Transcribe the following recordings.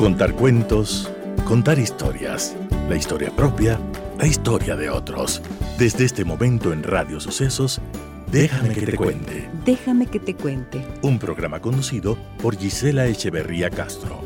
Contar cuentos, contar historias, la historia propia, la historia de otros. Desde este momento en Radio Sucesos, Déjame que te cuente. Déjame que te cuente. Un programa conducido por Gisela Echeverría Castro.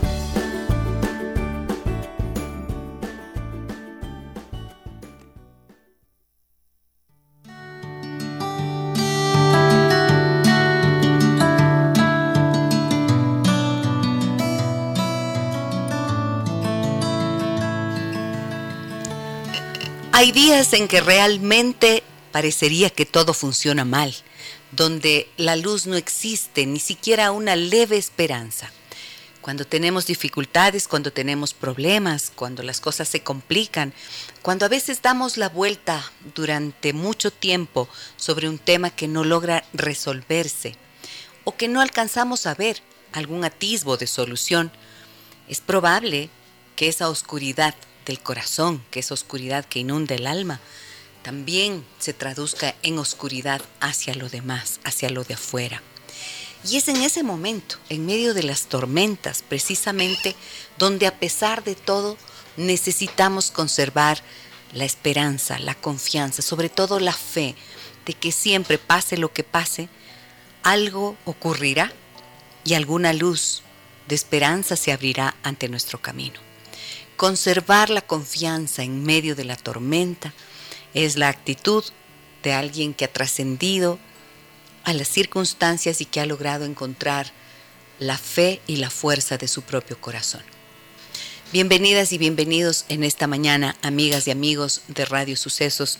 Hay días en que realmente parecería que todo funciona mal, donde la luz no existe, ni siquiera una leve esperanza. Cuando tenemos dificultades, cuando tenemos problemas, cuando las cosas se complican, cuando a veces damos la vuelta durante mucho tiempo sobre un tema que no logra resolverse o que no alcanzamos a ver algún atisbo de solución, es probable que esa oscuridad del corazón, que esa oscuridad que inunda el alma, también se traduzca en oscuridad hacia lo demás, hacia lo de afuera. Y es en ese momento, en medio de las tormentas, precisamente, donde a pesar de todo necesitamos conservar la esperanza, la confianza, sobre todo la fe de que siempre, pase lo que pase, algo ocurrirá y alguna luz de esperanza se abrirá ante nuestro camino. Conservar la confianza en medio de la tormenta es la actitud de alguien que ha trascendido a las circunstancias y que ha logrado encontrar la fe y la fuerza de su propio corazón. Bienvenidas y bienvenidos en esta mañana, amigas y amigos de Radio Sucesos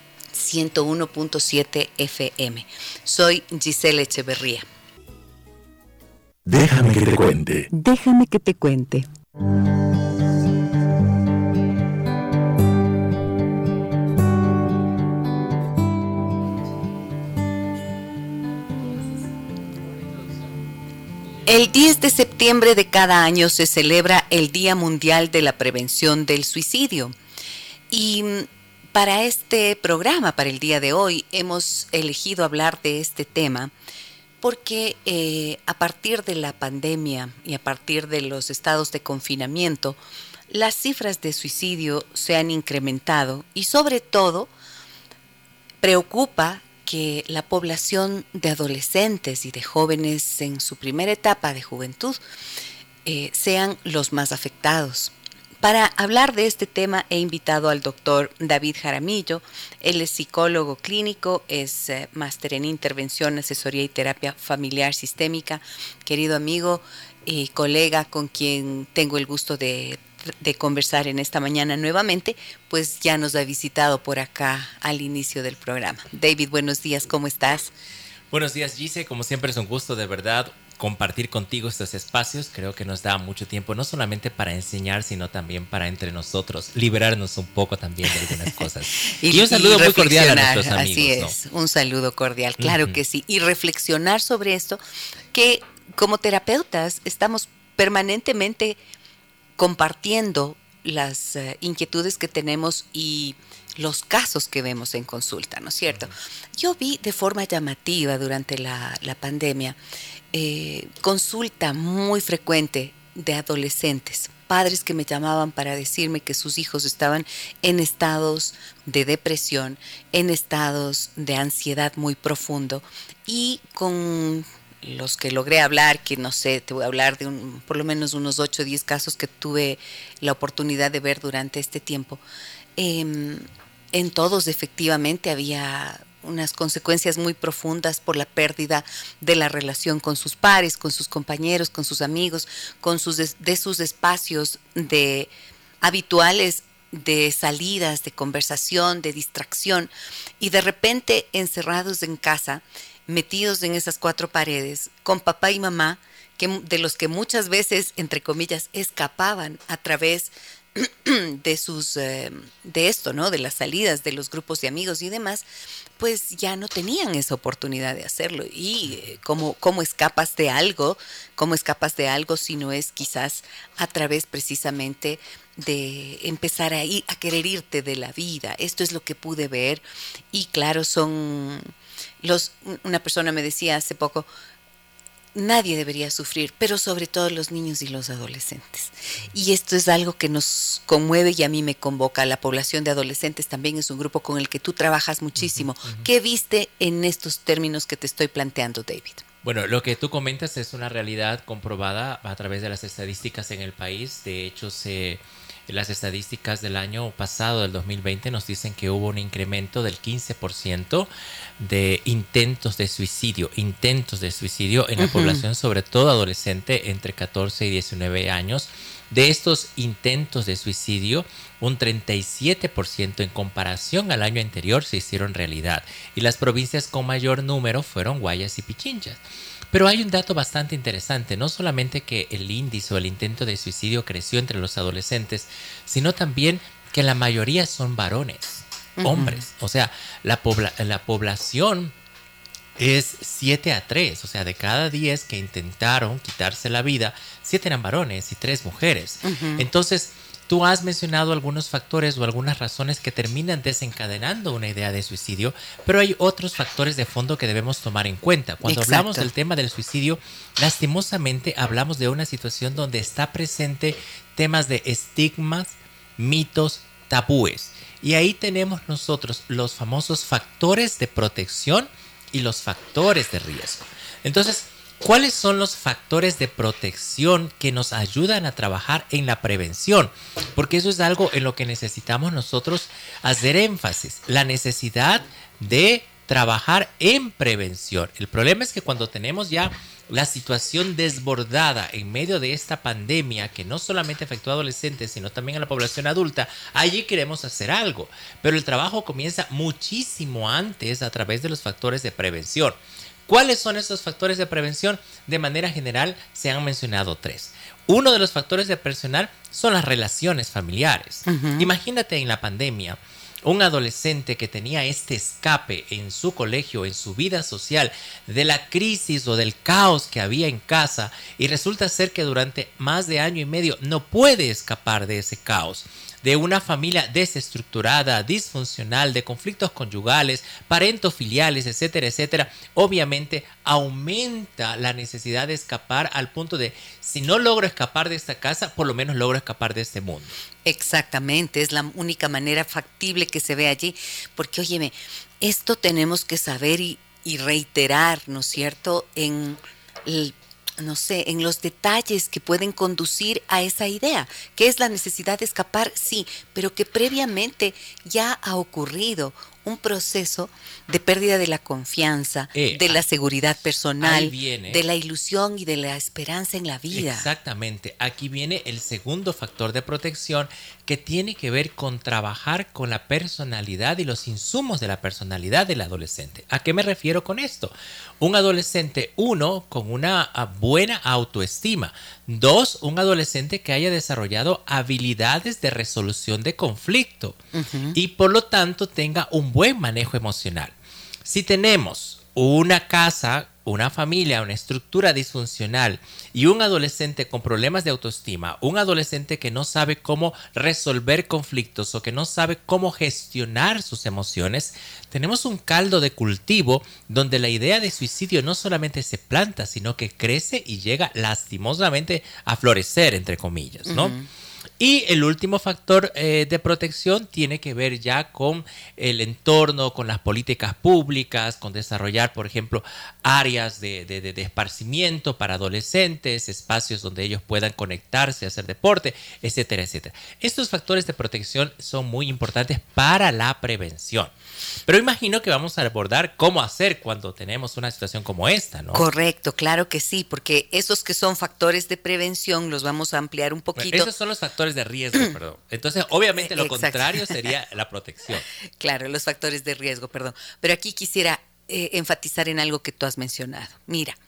101.7 FM. Soy Gisela Echeverría. Déjame que te cuente. Déjame que te cuente. El 10 de septiembre de cada año se celebra el Día Mundial de la Prevención del Suicidio. Y para este programa, para el día de hoy, hemos elegido hablar de este tema porque a partir de la pandemia y a partir de los estados de confinamiento, las cifras de suicidio se han incrementado y sobre todo preocupa que la población de adolescentes y de jóvenes en su primera etapa de juventud sean los más afectados. Para hablar de este tema he invitado al doctor David Jaramillo. Él es psicólogo clínico, es máster en intervención, asesoría y terapia familiar sistémica. Querido amigo y colega con quien tengo el gusto de conversar en esta mañana nuevamente, pues ya nos ha visitado por acá al inicio del programa. David, buenos días, ¿cómo estás? Buenos días, Gise. Como siempre es un gusto, de verdad, compartir contigo estos espacios. Creo que nos da mucho tiempo, no solamente para enseñar, sino también para entre nosotros liberarnos un poco también de algunas cosas. y un saludo muy cordial a nuestros amigos. Así es, ¿no? Un saludo cordial, claro que sí. Y reflexionar sobre esto, que como terapeutas estamos permanentemente compartiendo las inquietudes que tenemos y los casos que vemos en consulta, ¿no es cierto? Yo vi de forma llamativa durante la pandemia consulta muy frecuente de adolescentes, padres que me llamaban para decirme que sus hijos estaban en estados de depresión, en estados de ansiedad muy profundo y con los que logré hablar, que no sé, te voy a hablar de por lo menos unos 8 o 10 casos que tuve la oportunidad de ver durante este tiempo. En todos efectivamente había unas consecuencias muy profundas por la pérdida de la relación con sus pares, con sus compañeros, con sus amigos, con sus espacios habituales de salidas, de conversación, de distracción, y de repente encerrados en casa, metidos en esas 4 paredes, con papá y mamá, de los que muchas veces, entre comillas, escapaban a través de esto, ¿no? De las salidas, de los grupos de amigos y demás, pues ya no tenían esa oportunidad de hacerlo. Y ¿cómo escapas de algo? ¿Cómo escapas de algo si no es quizás a través precisamente de empezar a querer irte de la vida? Esto es lo que pude ver. Y claro, una persona me decía hace poco, nadie debería sufrir, pero sobre todo los niños y los adolescentes. Y esto es algo que nos conmueve y a mí me convoca. La población de adolescentes también es un grupo con el que tú trabajas muchísimo. ¿Qué viste en estos términos que te estoy planteando, David? Bueno, lo que tú comentas es una realidad comprobada a través de las estadísticas en el país. De hecho, las estadísticas del año pasado, del 2020, nos dicen que hubo un incremento del 15% de intentos de suicidio en la población, sobre todo adolescente entre 14 y 19 años. De estos intentos de suicidio, un 37% en comparación al año anterior se hicieron realidad. Y las provincias con mayor número fueron Guayas y Pichinchas. Pero hay un dato bastante interesante, no solamente que el índice o el intento de suicidio creció entre los adolescentes, sino también que la mayoría son varones, hombres. O sea, la población es 7-3, o sea, de cada 10 que intentaron quitarse la vida, 7 eran varones y 3 mujeres. Entonces, tú has mencionado algunos factores o algunas razones que terminan desencadenando una idea de suicidio, pero hay otros factores de fondo que debemos tomar en cuenta. Cuando hablamos del tema del suicidio, lastimosamente hablamos de una situación donde está presente temas de estigmas, mitos, tabúes. Y ahí tenemos nosotros los famosos factores de protección y los factores de riesgo. Entonces, ¿cuáles son los factores de protección que nos ayudan a trabajar en la prevención? Porque eso es algo en lo que necesitamos nosotros hacer énfasis, la necesidad de trabajar en prevención. El problema es que cuando tenemos ya la situación desbordada en medio de esta pandemia que no solamente afectó a adolescentes, sino también a la población adulta, allí queremos hacer algo. Pero el trabajo comienza muchísimo antes a través de los factores de prevención. ¿Cuáles son esos factores de prevención? De manera general se han mencionado 3. Uno de los factores de prevención son las relaciones familiares. Imagínate en la pandemia, un adolescente que tenía este escape en su colegio, en su vida social, de la crisis o del caos que había en casa, y resulta ser que durante más de año y medio no puede escapar de ese caos, de una familia desestructurada, disfuncional, de conflictos conyugales, parentofiliales, etcétera, etcétera. Obviamente aumenta la necesidad de escapar al punto de, si no logro escapar de esta casa, por lo menos logro escapar de este mundo. Exactamente, es la única manera factible que se ve allí, porque óyeme, esto tenemos que saber y reiterar, ¿no es cierto?, en los detalles que pueden conducir a esa idea, que es la necesidad de escapar, sí, pero que previamente ya ha ocurrido un proceso de pérdida de la confianza, de la seguridad personal, de la ilusión y de la esperanza en la vida. Exactamente. Aquí viene el segundo factor de protección que tiene que ver con trabajar con la personalidad y los insumos de la personalidad del adolescente. ¿A qué me refiero con esto? Un adolescente, 1, con una buena autoestima. 2, un adolescente que haya desarrollado habilidades de resolución de conflicto y por lo tanto tenga un buen manejo emocional. Si tenemos una casa, una familia, una estructura disfuncional y un adolescente con problemas de autoestima, un adolescente que no sabe cómo resolver conflictos o que no sabe cómo gestionar sus emociones, tenemos un caldo de cultivo donde la idea de suicidio no solamente se planta, sino que crece y llega lastimosamente a florecer, entre comillas, ¿no? Y el último factor de protección tiene que ver ya con el entorno, con las políticas públicas, con desarrollar, por ejemplo, áreas de esparcimiento para adolescentes, espacios donde ellos puedan conectarse, hacer deporte, etcétera, etcétera. Estos factores de protección son muy importantes para la prevención. Pero imagino que vamos a abordar cómo hacer cuando tenemos una situación como esta, ¿no? Correcto, claro que sí, porque esos que son factores de prevención los vamos a ampliar un poquito. Bueno, esos son los factores de riesgo, perdón. Entonces, obviamente lo contrario sería la protección. Claro, los factores de riesgo, perdón. Pero aquí quisiera enfatizar en algo que tú has mencionado. Mira,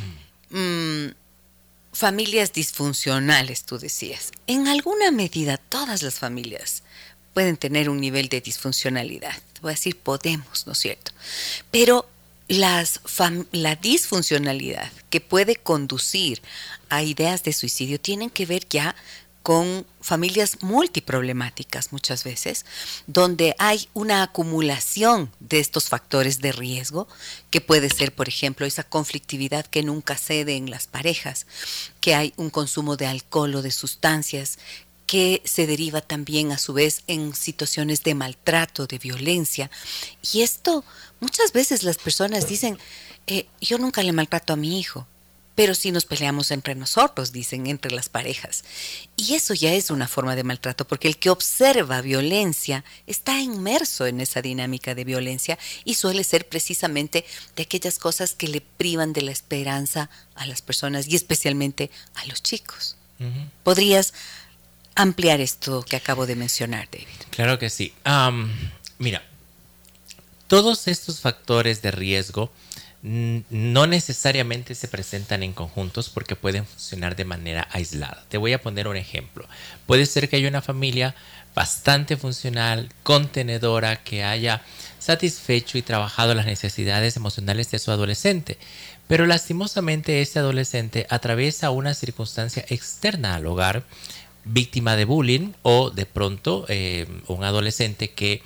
familias disfuncionales, tú decías. En alguna medida, todas las familias pueden tener un nivel de disfuncionalidad. Te voy a decir, podemos, ¿no es cierto? Pero la disfuncionalidad que puede conducir a ideas de suicidio tienen que ver ya con familias multiproblemáticas muchas veces, donde hay una acumulación de estos factores de riesgo, que puede ser, por ejemplo, esa conflictividad que nunca cede en las parejas, que hay un consumo de alcohol o de sustancias, que se deriva también a su vez en situaciones de maltrato, de violencia. Y esto, muchas veces las personas dicen, yo nunca le maltrato a mi hijo, pero sí nos peleamos entre nosotros, dicen, entre las parejas. Y eso ya es una forma de maltrato, porque el que observa violencia está inmerso en esa dinámica de violencia y suele ser precisamente de aquellas cosas que le privan de la esperanza a las personas y especialmente a los chicos. Uh-huh. ¿Podrías ampliar esto que acabo de mencionar, David? Claro que sí. Mira, todos estos factores de riesgo no necesariamente se presentan en conjuntos porque pueden funcionar de manera aislada. Te voy a poner un ejemplo. Puede ser que haya una familia bastante funcional, contenedora, que haya satisfecho y trabajado las necesidades emocionales de su adolescente, pero lastimosamente ese adolescente atraviesa una circunstancia externa al hogar, víctima de bullying, o de pronto un adolescente que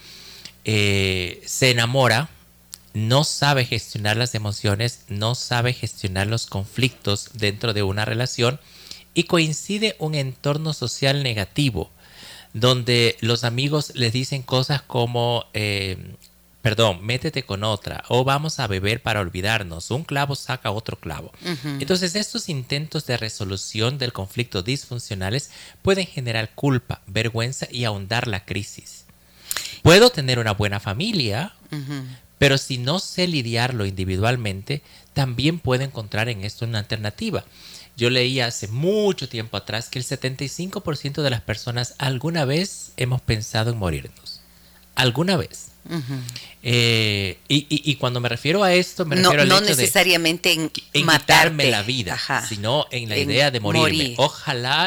se enamora, no sabe gestionar las emociones, no sabe gestionar los conflictos dentro de una relación, y coincide un entorno social negativo donde los amigos les dicen cosas como métete con otra, o vamos a beber para olvidarnos, un clavo saca otro clavo. Uh-huh. Entonces estos intentos de resolución del conflicto disfuncionales pueden generar culpa, vergüenza y ahondar la crisis. Puedo tener una buena familia, uh-huh, pero si no sé lidiarlo individualmente, también puedo encontrar en esto una alternativa. Yo leí hace mucho tiempo atrás que el 75% de las personas alguna vez hemos pensado en morirnos. Alguna vez. Uh-huh. Y cuando me refiero a esto, me refiero al hecho necesariamente en quitarme la vida, ajá, sino en la idea de morirme. Ojalá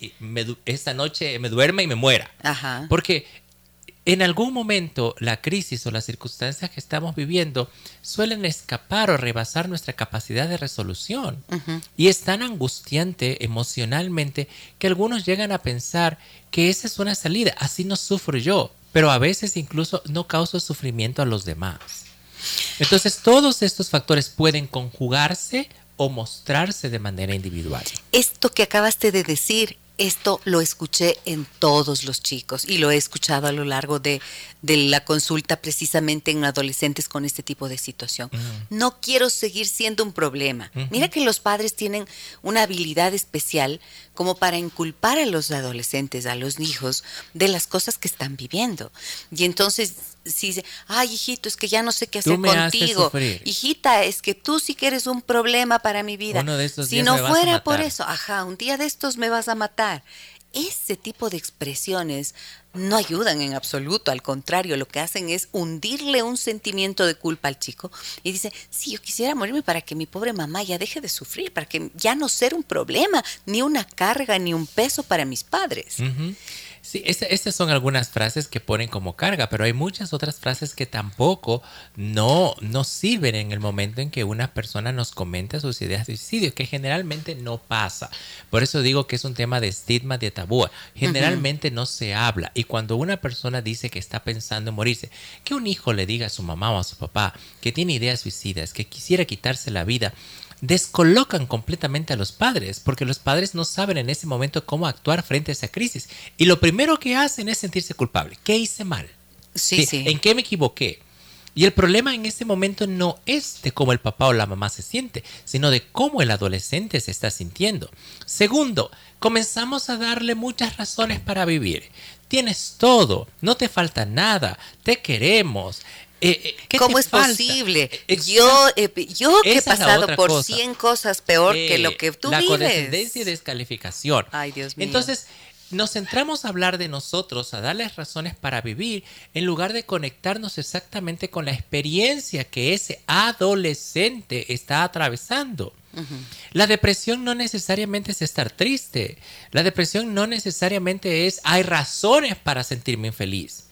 esta noche me duerma y me muera. Ajá. Porque en algún momento la crisis o las circunstancias que estamos viviendo suelen escapar o rebasar nuestra capacidad de resolución. Uh-huh. Y es tan angustiante emocionalmente que algunos llegan a pensar que esa es una salida, así no sufro yo, pero a veces incluso no causo sufrimiento a los demás. Entonces todos estos factores pueden conjugarse o mostrarse de manera individual. Esto que acabaste de decir, esto lo escuché en todos los chicos y lo he escuchado a lo largo de la consulta precisamente en adolescentes con este tipo de situación. Uh-huh. No quiero seguir siendo un problema. Uh-huh. Mira que los padres tienen una habilidad especial como para inculpar a los adolescentes, a los hijos, de las cosas que están viviendo. Y entonces, si dice, ay, hijito, es que ya no sé qué hacer contigo. Hijita, es que tú sí que eres un problema para mi vida. Uno de estos si días no me vas fuera a matar. por eso, un día de estos me vas a matar. Ese tipo de expresiones no ayudan en absoluto, al contrario, lo que hacen es hundirle un sentimiento de culpa al chico y dice, sí, yo quisiera morirme para que mi pobre mamá ya deje de sufrir, para que ya no ser un problema, ni una carga, ni un peso para mis padres. Uh-huh. Sí, estas son algunas frases que ponen como carga, pero hay muchas otras frases que tampoco no sirven en el momento en que una persona nos comenta sus ideas de suicidio, que generalmente no pasa. Por eso digo que es un tema de estigma, de tabú. Generalmente no se habla. Y cuando una persona dice que está pensando en morirse, que un hijo le diga a su mamá o a su papá que tiene ideas suicidas, que quisiera quitarse la vida, descolocan completamente a los padres, porque los padres no saben en ese momento cómo actuar frente a esa crisis. Y lo primero que hacen es sentirse culpable. ¿Qué hice mal? Sí. ¿En qué me equivoqué? Y el problema en ese momento no es de cómo el papá o la mamá se siente, sino de cómo el adolescente se está sintiendo. Segundo, comenzamos a darle muchas razones para vivir. Tienes todo, no te falta nada, te queremos. ¿Cómo es posible? Yo que he pasado por 100 cosas peor que lo que tú vives. La condescendencia y descalificación. Ay, Dios mío. Entonces, nos centramos a hablar de nosotros, a darles razones para vivir, en lugar de conectarnos exactamente con la experiencia que ese adolescente está atravesando. Uh-huh. La depresión no necesariamente es estar triste. La depresión no necesariamente es hay razones para sentirme infeliz.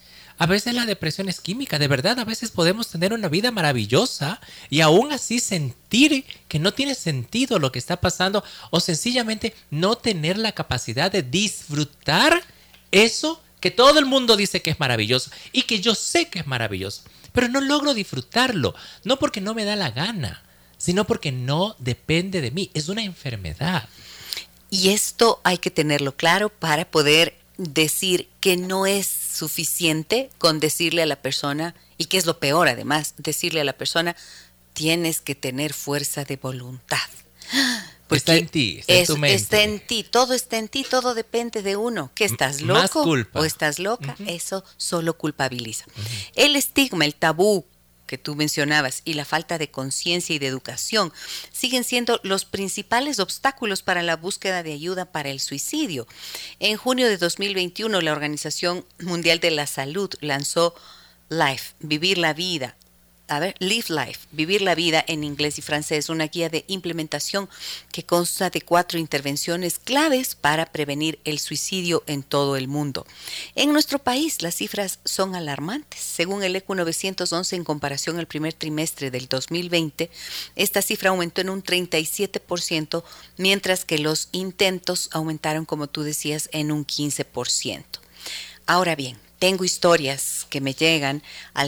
A veces la depresión es química, de verdad, a veces podemos tener una vida maravillosa y aún así sentir que no tiene sentido lo que está pasando o sencillamente no tener la capacidad de disfrutar eso que todo el mundo dice que es maravilloso y que yo sé que es maravilloso, pero no logro disfrutarlo, no porque no me da la gana, sino porque no depende de mí, es una enfermedad. Y esto hay que tenerlo claro para poder decir que no es suficiente con decirle a la persona, y que es lo peor además, decirle a la persona, tienes que tener fuerza de voluntad. Porque está en ti, está en tu mente. Está en ti, todo depende de uno. ¿Que estás loco Más culpa. o estás loca? Eso solo culpabiliza. El estigma, el tabú que tú mencionabas y la falta de conciencia y de educación siguen siendo los principales obstáculos para la búsqueda de ayuda para el suicidio. En junio de 2021, la Organización Mundial de la Salud lanzó Life, Vivir la Vida. Live Life, Vivir la Vida en inglés y francés, una guía de implementación que consta de 4 intervenciones claves para prevenir el suicidio en todo el mundo. En nuestro país las cifras son alarmantes. Según el ECU 911, en comparación al primer trimestre del 2020, esta cifra aumentó en un 37%, mientras que los intentos aumentaron, como tú decías, en un 15%. Ahora bien, tengo historias que me llegan al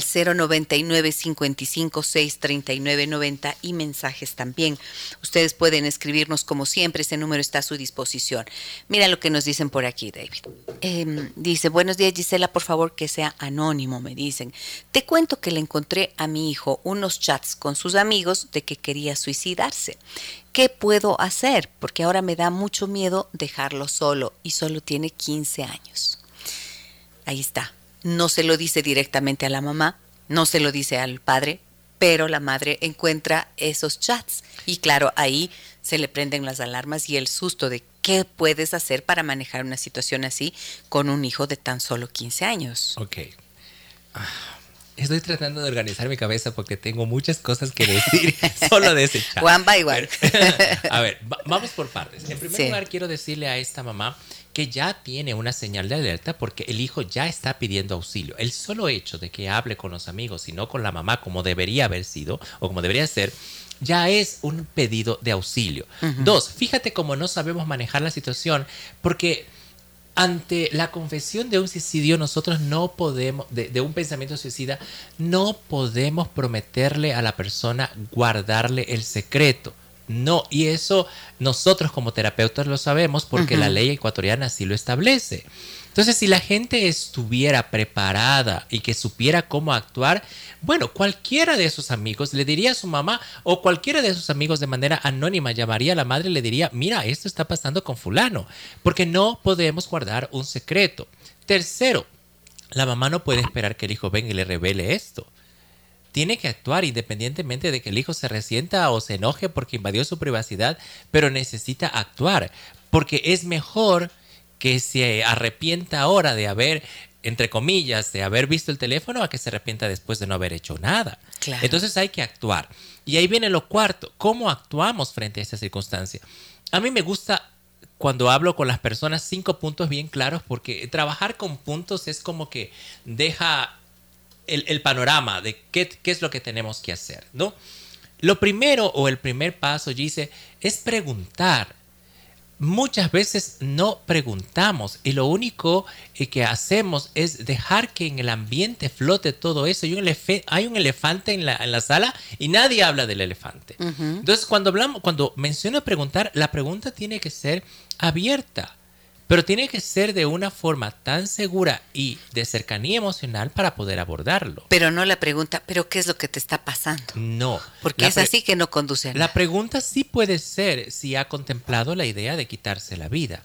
099-55-639-90 y mensajes también. Ustedes pueden escribirnos como siempre, ese número está a su disposición. Mira lo que nos dicen por aquí, David. Dice, buenos días Gisela, por favor que sea anónimo, me dicen. Te cuento que le encontré a mi hijo unos chats con sus amigos de que quería suicidarse. ¿Qué puedo hacer? Porque ahora me da mucho miedo dejarlo solo y solo tiene 15 años. Ahí está. No se lo dice directamente a la mamá, no se lo dice al padre, pero la madre encuentra esos chats. Y claro, ahí se le prenden las alarmas y el susto de qué puedes hacer para manejar una situación así con un hijo de tan solo 15 años. Ok. Estoy tratando de organizar mi cabeza porque tengo muchas cosas que decir solo de ese chat. One by one. A ver, vamos por partes. En primer lugar, quiero decirle a esta mamá que ya tiene una señal de alerta porque el hijo ya está pidiendo auxilio. El solo hecho de que hable con los amigos y no con la mamá como debería haber sido o como debería ser, ya es un pedido de auxilio. 2, fíjate cómo no sabemos manejar la situación porque ante la confesión de un suicidio nosotros no podemos, de un pensamiento suicida, no podemos prometerle a la persona guardarle el secreto. No, y eso nosotros como terapeutas lo sabemos porque la ley ecuatoriana así lo establece. Entonces, si la gente estuviera preparada y que supiera cómo actuar, bueno, cualquiera de esos amigos le diría a su mamá o cualquiera de sus amigos de manera anónima llamaría a la madre y le diría, mira, esto está pasando con fulano, porque no podemos guardar un secreto. Tercero, la mamá no puede esperar que el hijo venga y le revele esto. Tiene que actuar independientemente de que el hijo se resienta o se enoje porque invadió su privacidad, pero necesita actuar, porque es mejor que se arrepienta ahora de haber, entre comillas, de haber visto el teléfono a que se arrepienta después de no haber hecho nada. Claro. Entonces hay que actuar. Y ahí viene lo cuarto, ¿cómo actuamos frente a esta circunstancia? A mí me gusta cuando hablo con las personas 5 puntos bien claros porque trabajar con puntos es como que deja el panorama de qué es lo que tenemos que hacer, ¿no? Lo primero o el primer paso, Gise, es preguntar. Muchas veces no preguntamos y lo único que hacemos es dejar que en el ambiente flote todo eso. Hay un elefante en la sala y nadie habla del elefante. Entonces, cuando menciono preguntar, la pregunta tiene que ser abierta. Pero tiene que ser de una forma tan segura y de cercanía emocional para poder abordarlo. Pero no la pregunta, ¿pero qué es lo que te está pasando? No. Porque es así que no conduce a nada. La pregunta sí puede ser si ha contemplado la idea de quitarse la vida.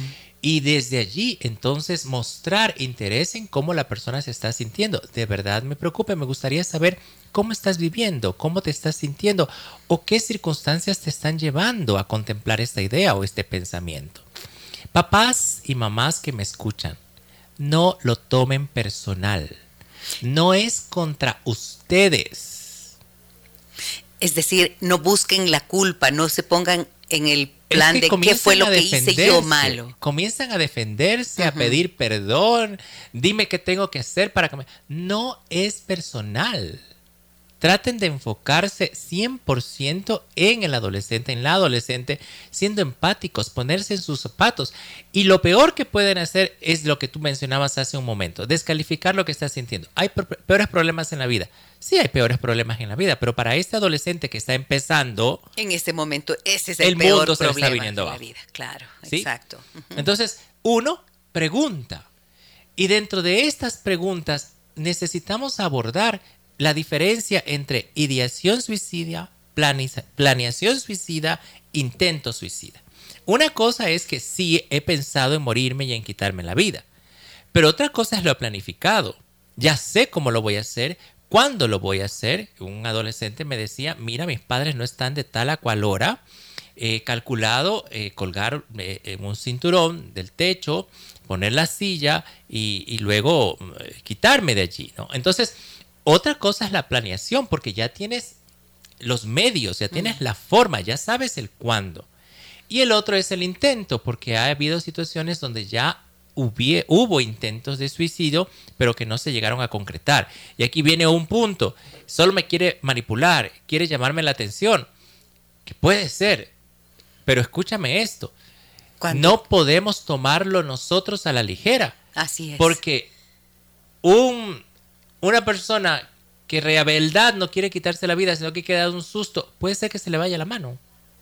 Y desde allí, entonces, mostrar interés en cómo la persona se está sintiendo. De verdad me preocupa, me gustaría saber cómo estás viviendo, cómo te estás sintiendo o qué circunstancias te están llevando a contemplar esta idea o este pensamiento. Papás y mamás que me escuchan, no lo tomen personal. No es contra ustedes. Es decir, no busquen la culpa, no se pongan en el plan de qué fue lo que hice yo malo. Comienzan a defenderse, a pedir perdón. Dime qué tengo que hacer para que No es personal. Traten de enfocarse 100% en el adolescente, en la adolescente, siendo empáticos, ponerse en sus zapatos. Y lo peor que pueden hacer es lo que tú mencionabas hace un momento, descalificar lo que está sintiendo. ¿Hay peores problemas en la vida? Sí, hay peores problemas en la vida, pero para este adolescente que está empezando... En este momento, ese es el peor mundo se problema está viniendo de la abajo. vida. Claro, ¿Sí? exacto. Entonces, uno, pregunta. Y dentro de estas preguntas necesitamos abordar la diferencia entre ideación suicida, planeación suicida, intento suicida. Una cosa es que sí he pensado en morirme y en quitarme la vida, pero otra cosa es lo planificado. Ya sé cómo lo voy a hacer, cuándo lo voy a hacer. Un adolescente me decía, mira, mis padres no están de tal a cual hora. He calculado colgar un cinturón del techo, poner la silla y luego quitarme de allí, ¿no? Entonces, otra cosa es la planeación, porque ya tienes los medios, ya tienes la forma, ya sabes el cuándo. Y el otro es el intento, porque ha habido situaciones donde ya hubo intentos de suicidio, pero que no se llegaron a concretar. Y aquí viene un punto, solo me quiere manipular, quiere llamarme la atención, que puede ser, pero escúchame esto, no podemos tomarlo nosotros a la ligera. Así es. Porque una persona que de verdad no quiere quitarse la vida, sino que quiere dar un susto, puede ser que se le vaya la mano.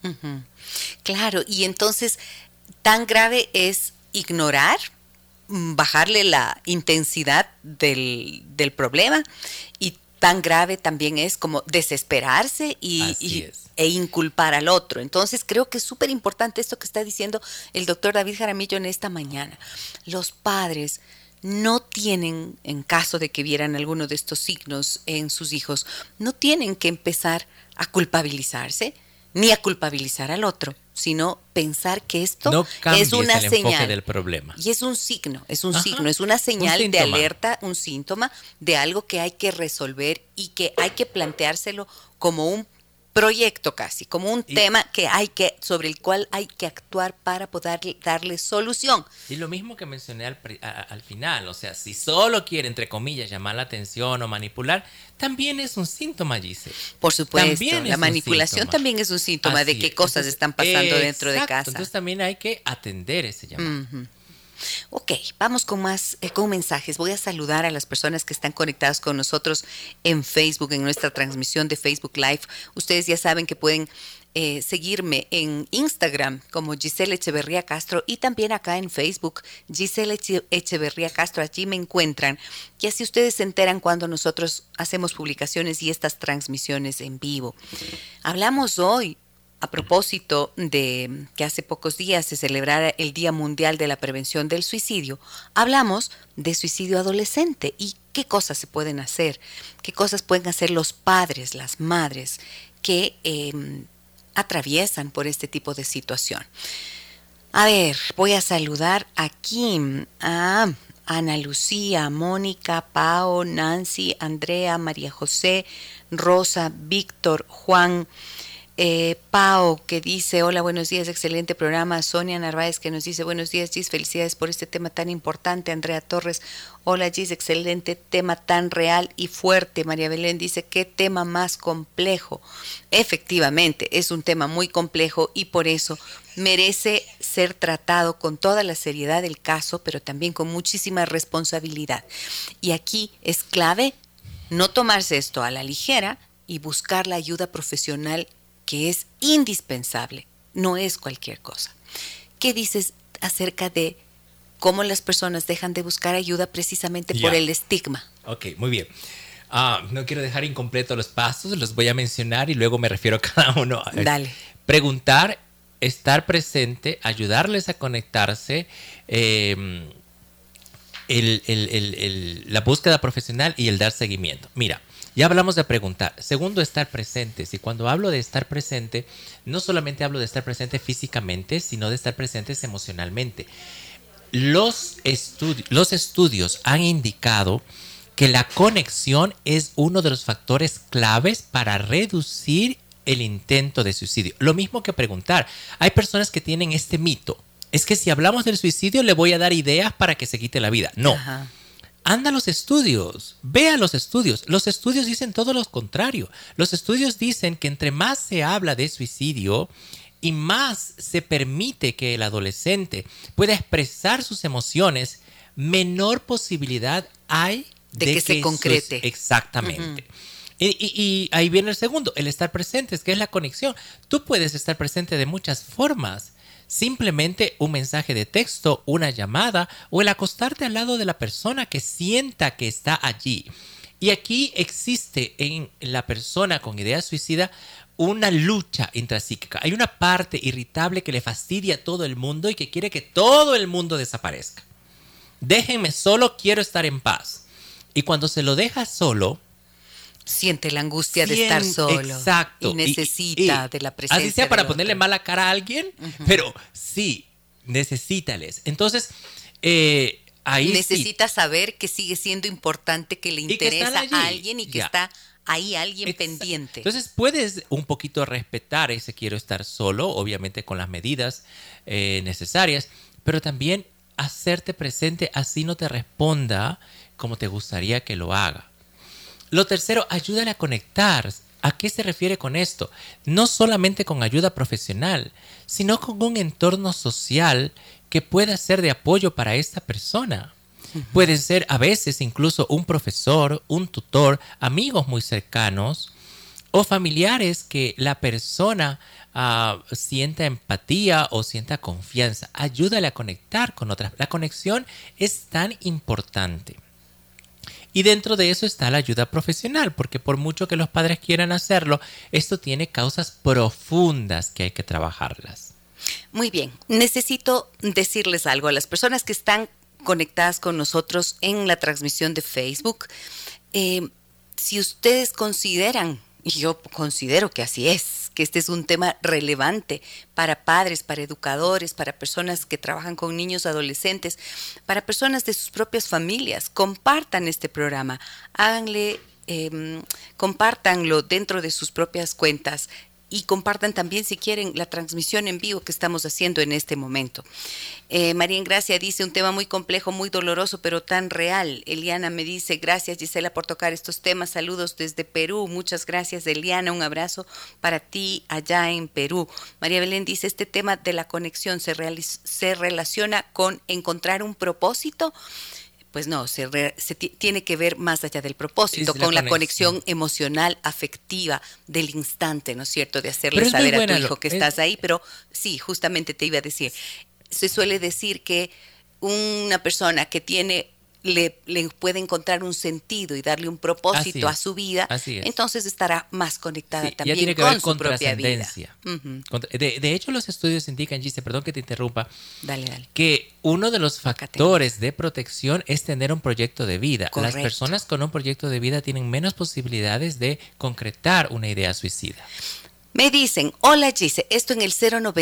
Claro, y entonces tan grave es ignorar, bajarle la intensidad del problema, y tan grave también es como desesperarse e inculpar al otro. Entonces creo que es súper importante esto que está diciendo el doctor David Jaramillo en esta mañana. Los padres no tienen, en caso de que vieran alguno de estos signos en sus hijos, no tienen que empezar a culpabilizarse ni a culpabilizar al otro, sino pensar que esto es una señal del problema. Y es un signo, es una señal de alerta, un síntoma de algo que hay que resolver y que hay que planteárselo como un proyecto casi, como un tema sobre el cual hay que actuar para poder darle solución. Y lo mismo que mencioné al final, o sea, si solo quiere, entre comillas, llamar la atención o manipular, también es un síntoma, Giselle. Por supuesto, la manipulación también es un síntoma de qué cosas están pasando dentro de casa. Entonces también hay que atender ese llamado. Ok, vamos con más con mensajes. Voy a saludar a las personas que están conectadas con nosotros en Facebook, en nuestra transmisión de Facebook Live. Ustedes ya saben que pueden seguirme en Instagram como Giselle Echeverría Castro y también acá en Facebook, Giselle Echeverría Castro. Allí me encuentran y así ustedes se enteran cuando nosotros hacemos publicaciones y estas transmisiones en vivo. Hablamos hoy, a propósito de que hace pocos días se celebrara el Día Mundial de la Prevención del Suicidio, hablamos de suicidio adolescente y qué cosas se pueden hacer, qué cosas pueden hacer los padres, las madres que atraviesan por este tipo de situación. A ver, voy a saludar aquí a Ana Lucía, Mónica, Pao, Nancy, Andrea, María José, Rosa, Víctor, Juan, Pao, que dice, hola, buenos días, excelente programa. Sonia Narváez, que nos dice, buenos días, Gis, felicidades por este tema tan importante. Andrea Torres, hola, Gis, excelente tema tan real y fuerte. María Belén dice, qué tema más complejo. Efectivamente, es un tema muy complejo y por eso merece ser tratado con toda la seriedad del caso, pero también con muchísima responsabilidad. Y aquí es clave no tomarse esto a la ligera y buscar la ayuda profesional, que es indispensable, no es cualquier cosa. ¿Qué dices acerca de cómo las personas dejan de buscar ayuda precisamente por el estigma? Ok, muy bien. No quiero dejar incompletos los pasos, los voy a mencionar y luego me refiero a cada uno. Dale. Preguntar, estar presente, ayudarles a conectarse, la búsqueda profesional y el dar seguimiento. Mira, ya hablamos de preguntar. Segundo, estar presentes. Y cuando hablo de estar presente, no solamente hablo de estar presente físicamente, sino de estar presentes emocionalmente. Los estudios han indicado que la conexión es uno de los factores claves para reducir el intento de suicidio. Lo mismo que preguntar. Hay personas que tienen este mito. Es que si hablamos del suicidio le voy a dar ideas para que se quite la vida. No. Ajá. Anda a los estudios, vea los estudios. Los estudios dicen todo lo contrario. Los estudios dicen que entre más se habla de suicidio y más se permite que el adolescente pueda expresar sus emociones, menor posibilidad hay de que se concrete. Exactamente. Y ahí viene el segundo, el estar presentes, que es la conexión. Tú puedes estar presente de muchas formas. Simplemente un mensaje de texto, una llamada o el acostarte al lado de la persona que sienta que está allí. Y aquí existe en la persona con idea suicida una lucha intrapsíquica. Hay una parte irritable que le fastidia a todo el mundo y que quiere que todo el mundo desaparezca. Déjenme solo, quiero estar en paz. Y cuando se lo deja solo, siente la angustia de estar solo. Exacto. Y necesita de la presencia. Así sea para ponerle mala cara a alguien, pero sí, necesítales. Entonces, ahí necesita saber que sigue siendo importante, que le interesa a alguien y que está ahí alguien pendiente. Entonces, puedes un poquito respetar ese quiero estar solo, obviamente con las medidas necesarias, pero también hacerte presente así no te responda como te gustaría que lo haga. Lo tercero, ayúdale a conectar. ¿A qué se refiere con esto? No solamente con ayuda profesional, sino con un entorno social que pueda ser de apoyo para esta persona. Puede ser a veces incluso un profesor, un tutor, amigos muy cercanos o familiares que la persona sienta empatía o sienta confianza. Ayúdale a conectar con otras. La conexión es tan importante. Y dentro de eso está la ayuda profesional, porque por mucho que los padres quieran hacerlo, esto tiene causas profundas que hay que trabajarlas. Muy bien, necesito decirles algo a las personas que están conectadas con nosotros en la transmisión de Facebook. Si ustedes consideran, y yo considero que así es, que este es un tema relevante para padres, para educadores, para personas que trabajan con niños, adolescentes, para personas de sus propias familias, compartan este programa, háganle, compártanlo dentro de sus propias cuentas y compartan también, si quieren, la transmisión en vivo que estamos haciendo en este momento. María Engracia dice, un tema muy complejo, muy doloroso, pero tan real. Eliana me dice, gracias Gisela por tocar estos temas, saludos desde Perú. Muchas gracias Eliana, un abrazo para ti allá en Perú. María Belén dice, este tema de la conexión se relaciona con encontrar un propósito. Pues no, tiene que ver más allá del propósito, con la conexión emocional, afectiva del instante, ¿no es cierto? De hacerle saber a tu hijo que estás ahí, pero sí, justamente te iba a decir, se suele decir que una persona que tiene, le puede encontrar un sentido y darle un propósito a su vida, entonces estará más conectada también ya tiene que con ver su con propia vida. De hecho, los estudios indican, Gise, perdón que te interrumpa, dale. que uno de los factores de protección es tener un proyecto de vida. Correcto. Las personas con un proyecto de vida tienen menos posibilidades de concretar una idea suicida. Me dicen, hola Gise, esto en el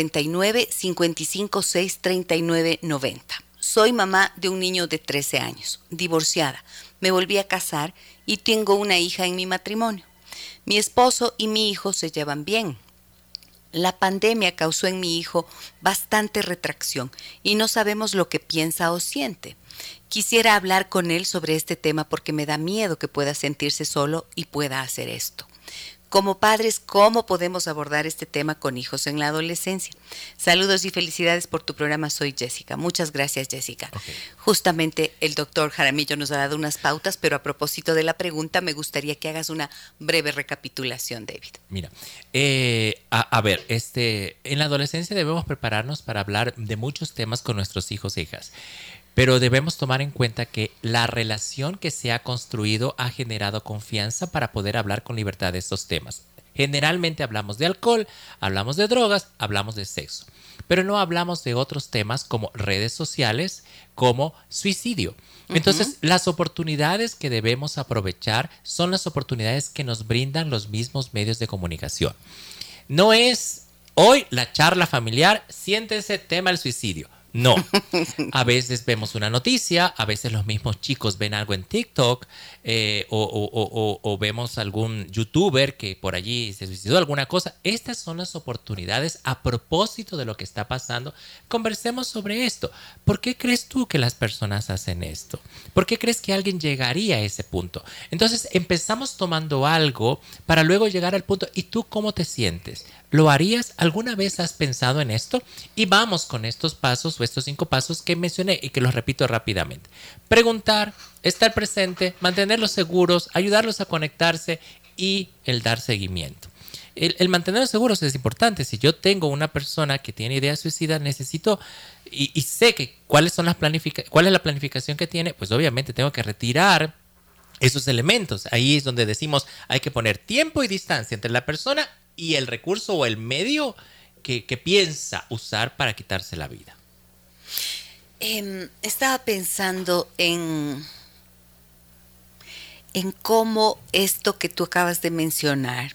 099-556-3990. Soy mamá de un niño de 13 años, divorciada. Me volví a casar y tengo una hija en mi matrimonio. Mi esposo y mi hijo se llevan bien. La pandemia causó en mi hijo bastante retracción y no sabemos lo que piensa o siente. Quisiera hablar con él sobre este tema porque me da miedo que pueda sentirse solo y pueda hacer esto. Como padres, ¿cómo podemos abordar este tema con hijos en la adolescencia? Saludos y felicidades por tu programa. Soy Jessica. Muchas gracias, Jessica. Okay. Justamente el doctor Jaramillo nos ha dado unas pautas, pero a propósito de la pregunta, me gustaría que hagas una breve recapitulación, David. Mira, a ver, en la adolescencia debemos prepararnos para hablar de muchos temas con nuestros hijos e hijas. Pero debemos tomar en cuenta que la relación que se ha construido ha generado confianza para poder hablar con libertad de estos temas. Generalmente hablamos de alcohol, hablamos de drogas, hablamos de sexo, pero no hablamos de otros temas como redes sociales, como suicidio. Entonces, las oportunidades que debemos aprovechar son las oportunidades que nos brindan los mismos medios de comunicación. No es hoy la charla familiar, siéntense, tema el suicidio. No. A veces vemos una noticia, a veces los mismos chicos ven algo en TikTok o vemos algún youtuber que por allí se suicidó alguna cosa. Estas son las oportunidades a propósito de lo que está pasando. Conversemos sobre esto. ¿Por qué crees tú que las personas hacen esto? ¿Por qué crees que alguien llegaría a ese punto? Entonces empezamos tomando algo para luego llegar al punto. ¿Y tú cómo te sientes? ¿Lo harías? ¿Alguna vez has pensado en esto? Y vamos con estos pasos o estos 5 pasos que mencioné y que los repito rápidamente. Preguntar, estar presente, mantenerlos seguros, ayudarlos a conectarse y el dar seguimiento. El mantenerlos seguros es importante. Si yo tengo una persona que tiene ideas suicidas, necesito y sé que cuál es la planificación que tiene, pues obviamente tengo que retirar esos elementos. Ahí es donde decimos hay que poner tiempo y distancia entre la persona y el recurso o el medio que piensa usar para quitarse la vida. Estaba pensando en cómo esto que tú acabas de mencionar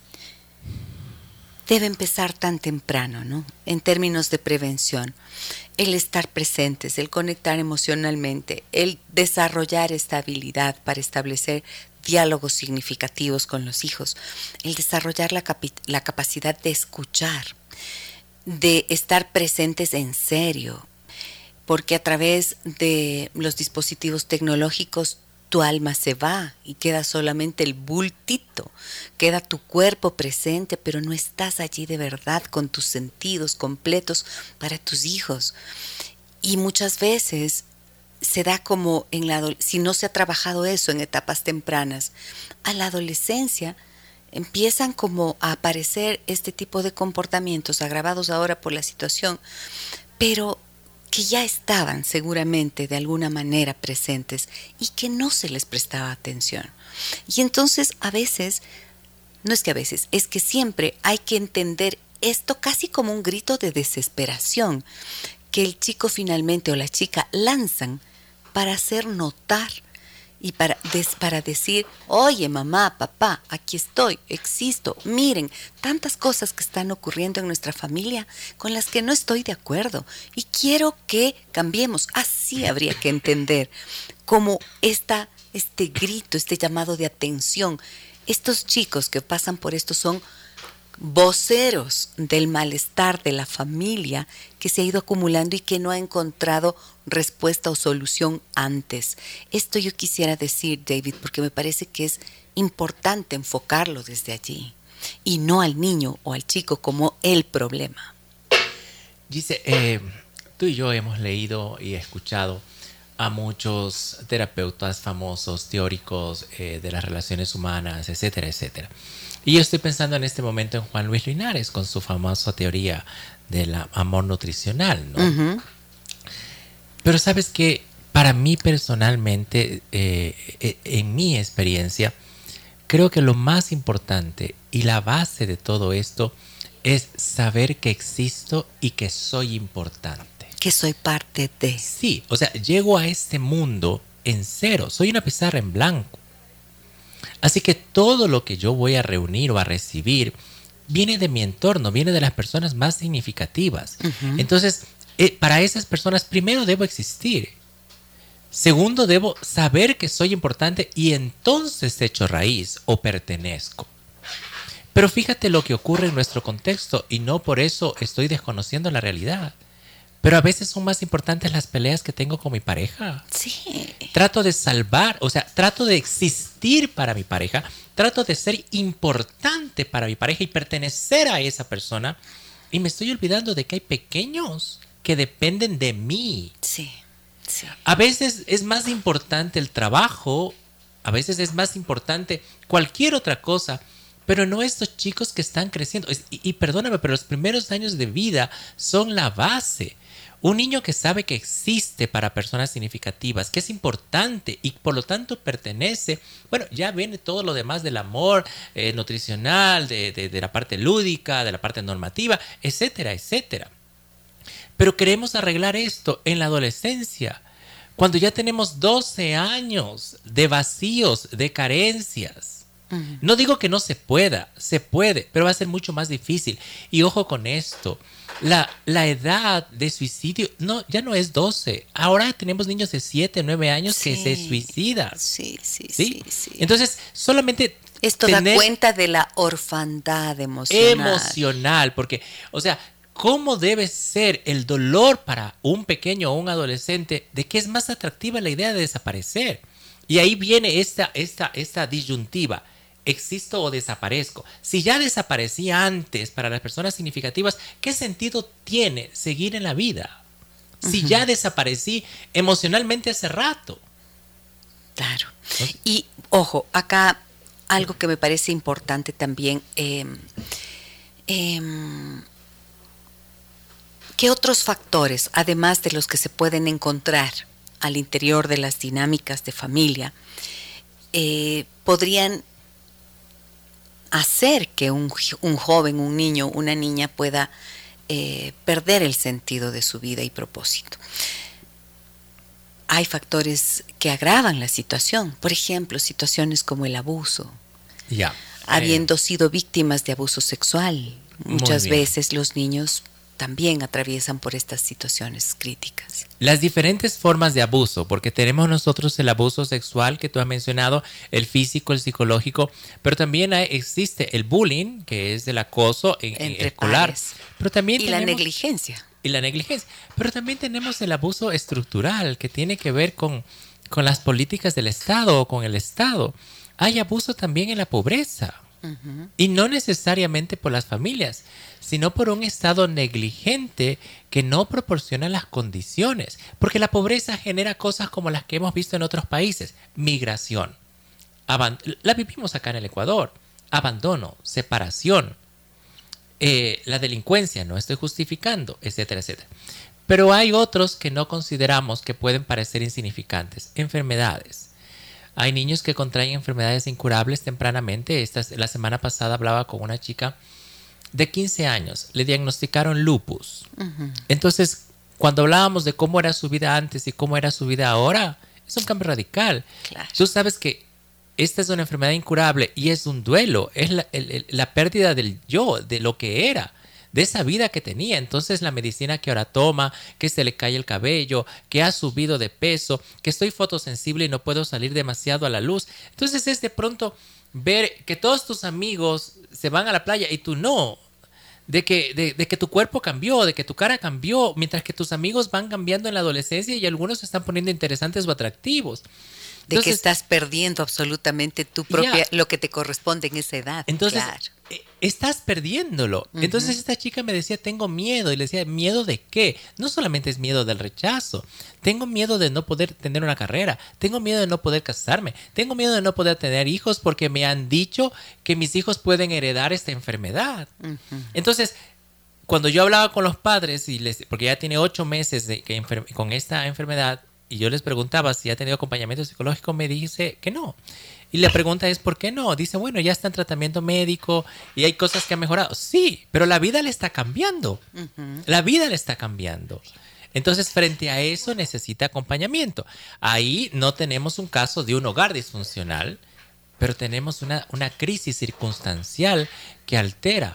debe empezar tan temprano, ¿no? En términos de prevención. El estar presentes, el conectar emocionalmente, el desarrollar esta habilidad para establecer diálogos significativos con los hijos, el desarrollar la capacidad de escuchar, de estar presentes en serio, porque a través de los dispositivos tecnológicos tu alma se va y queda solamente el bultito, queda tu cuerpo presente, pero no estás allí de verdad con tus sentidos completos para tus hijos. Y muchas veces se da como si no se ha trabajado eso en etapas tempranas, a la adolescencia empiezan como a aparecer este tipo de comportamientos agravados ahora por la situación, pero que ya estaban seguramente de alguna manera presentes y que no se les prestaba atención. Y entonces a veces, no es que a veces, es que siempre hay que entender esto casi como un grito de desesperación que el chico finalmente o la chica lanzan para hacer notar y para decir, oye mamá, papá, aquí estoy, existo, miren, tantas cosas que están ocurriendo en nuestra familia con las que no estoy de acuerdo y quiero que cambiemos. Así habría que entender como este grito, este llamado de atención. Estos chicos que pasan por esto son voceros del malestar de la familia que se ha ido acumulando y que no ha encontrado respuesta o solución antes. Esto yo quisiera decir, David, porque me parece que es importante enfocarlo desde allí y no al niño o al chico como el problema. Dice, tú y yo hemos leído y escuchado a muchos terapeutas famosos, teóricos de las relaciones humanas, etcétera, etcétera. Y yo estoy pensando en este momento en Juan Luis Linares con su famosa teoría del amor nutricional, ¿no? Uh-huh. Pero sabes que para mí personalmente, en mi experiencia, creo que lo más importante y la base de todo esto es saber que existo y que soy importante. Que soy parte de. Sí, o sea, llego a este mundo en cero, soy una pizarra en blanco. Así que todo lo que yo voy a reunir o a recibir viene de mi entorno, viene de las personas más significativas. Uh-huh. Entonces, para esas personas, primero debo existir. Segundo, debo saber que soy importante y entonces echo raíz o pertenezco. Pero fíjate lo que ocurre en nuestro contexto y no por eso estoy desconociendo la realidad. Pero a veces son más importantes las peleas que tengo con mi pareja. Sí. Trato de salvar, o sea, trato de existir para mi pareja, trato de ser importante para mi pareja y pertenecer a esa persona. Y me estoy olvidando de que hay pequeños que dependen de mí. Sí, sí. A veces es más importante el trabajo, a veces es más importante cualquier otra cosa, pero no estos chicos que están creciendo. Y perdóname, pero los primeros años de vida son la base. Un niño que sabe que existe para personas significativas, que es importante y por lo tanto pertenece, bueno, ya viene todo lo demás del amor nutricional, de la parte lúdica, de la parte normativa, etcétera, etcétera. Pero queremos arreglar esto en la adolescencia, cuando ya tenemos 12 años de vacíos, de carencias. No digo que no se pueda, se puede, pero va a ser mucho más difícil. Y ojo con esto, la edad de suicidio ya no es 12. Ahora tenemos niños de 7, 9 años que se suicidan. Sí. Entonces, solamente esto da cuenta de la orfandad emocional. Porque, o sea, ¿cómo debe ser el dolor para un pequeño o un adolescente de que es más atractiva la idea de desaparecer? Y ahí viene esta disyuntiva. ¿Existo o desaparezco? Si ya desaparecí antes para las personas significativas, ¿qué sentido tiene seguir en la vida? Si ya desaparecí emocionalmente hace rato. Claro. Y, ojo, acá algo que me parece importante también, ¿qué otros factores, además de los que se pueden encontrar al interior de las dinámicas de familia, podrían hacer que un joven, un niño, una niña pueda perder el sentido de su vida y propósito? Hay factores que agravan la situación, por ejemplo, situaciones como el abuso, habiendo sido víctimas de abuso sexual. Muchas veces los niños también atraviesan por estas situaciones críticas. Las diferentes formas de abuso, porque tenemos nosotros el abuso sexual que tú has mencionado, el físico, el psicológico, pero también existe el bullying, que es el acoso entre escolar. Pares. Pero también la negligencia. Y la negligencia. Pero también tenemos el abuso estructural, que tiene que ver con las políticas del Estado o con el Estado. Hay abuso también en la pobreza. Y no necesariamente por las familias, sino por un Estado negligente que no proporciona las condiciones. Porque la pobreza genera cosas como las que hemos visto en otros países. Migración. La vivimos acá en el Ecuador. Abandono, separación, la delincuencia, no estoy justificando, etcétera, etcétera. Pero hay otros que no consideramos que pueden parecer insignificantes. Enfermedades. Hay niños que contraen enfermedades incurables tempranamente. La semana pasada hablaba con una chica de 15 años. Le diagnosticaron lupus. Entonces, cuando hablábamos de cómo era su vida antes y cómo era su vida ahora, es un cambio radical. Claro. Tú sabes que esta es una enfermedad incurable y es un duelo. Es la pérdida del yo, de lo que era, de esa vida que tenía. Entonces la medicina que ahora toma, que se le cae el cabello, que ha subido de peso, que estoy fotosensible y no puedo salir demasiado a la luz. Entonces es de pronto ver que todos tus amigos se van a la playa y tú no. De que tu cuerpo cambió, de que tu cara cambió, mientras que tus amigos van cambiando en la adolescencia y algunos se están poniendo interesantes o atractivos. Entonces, que estás perdiendo absolutamente tu propia, lo que te corresponde en esa edad. Entonces, estás perdiéndolo. Entonces esta chica me decía, tengo miedo. Y le decía, ¿miedo de qué? No solamente es miedo del rechazo. Tengo miedo de no poder tener una carrera. Tengo miedo de no poder casarme. Tengo miedo de no poder tener hijos porque me han dicho que mis hijos pueden heredar esta enfermedad. Entonces, cuando yo hablaba con los padres, porque ya tiene 8 meses con esta enfermedad, y yo les preguntaba si ha tenido acompañamiento psicológico, me dice que no. Y la pregunta es, ¿por qué no? Dice, bueno, ya está en tratamiento médico y hay cosas que han mejorado. Sí, pero la vida le está cambiando. La vida le está cambiando. Entonces, frente a eso, necesita acompañamiento. Ahí no tenemos un caso de un hogar disfuncional, pero tenemos una crisis circunstancial que altera.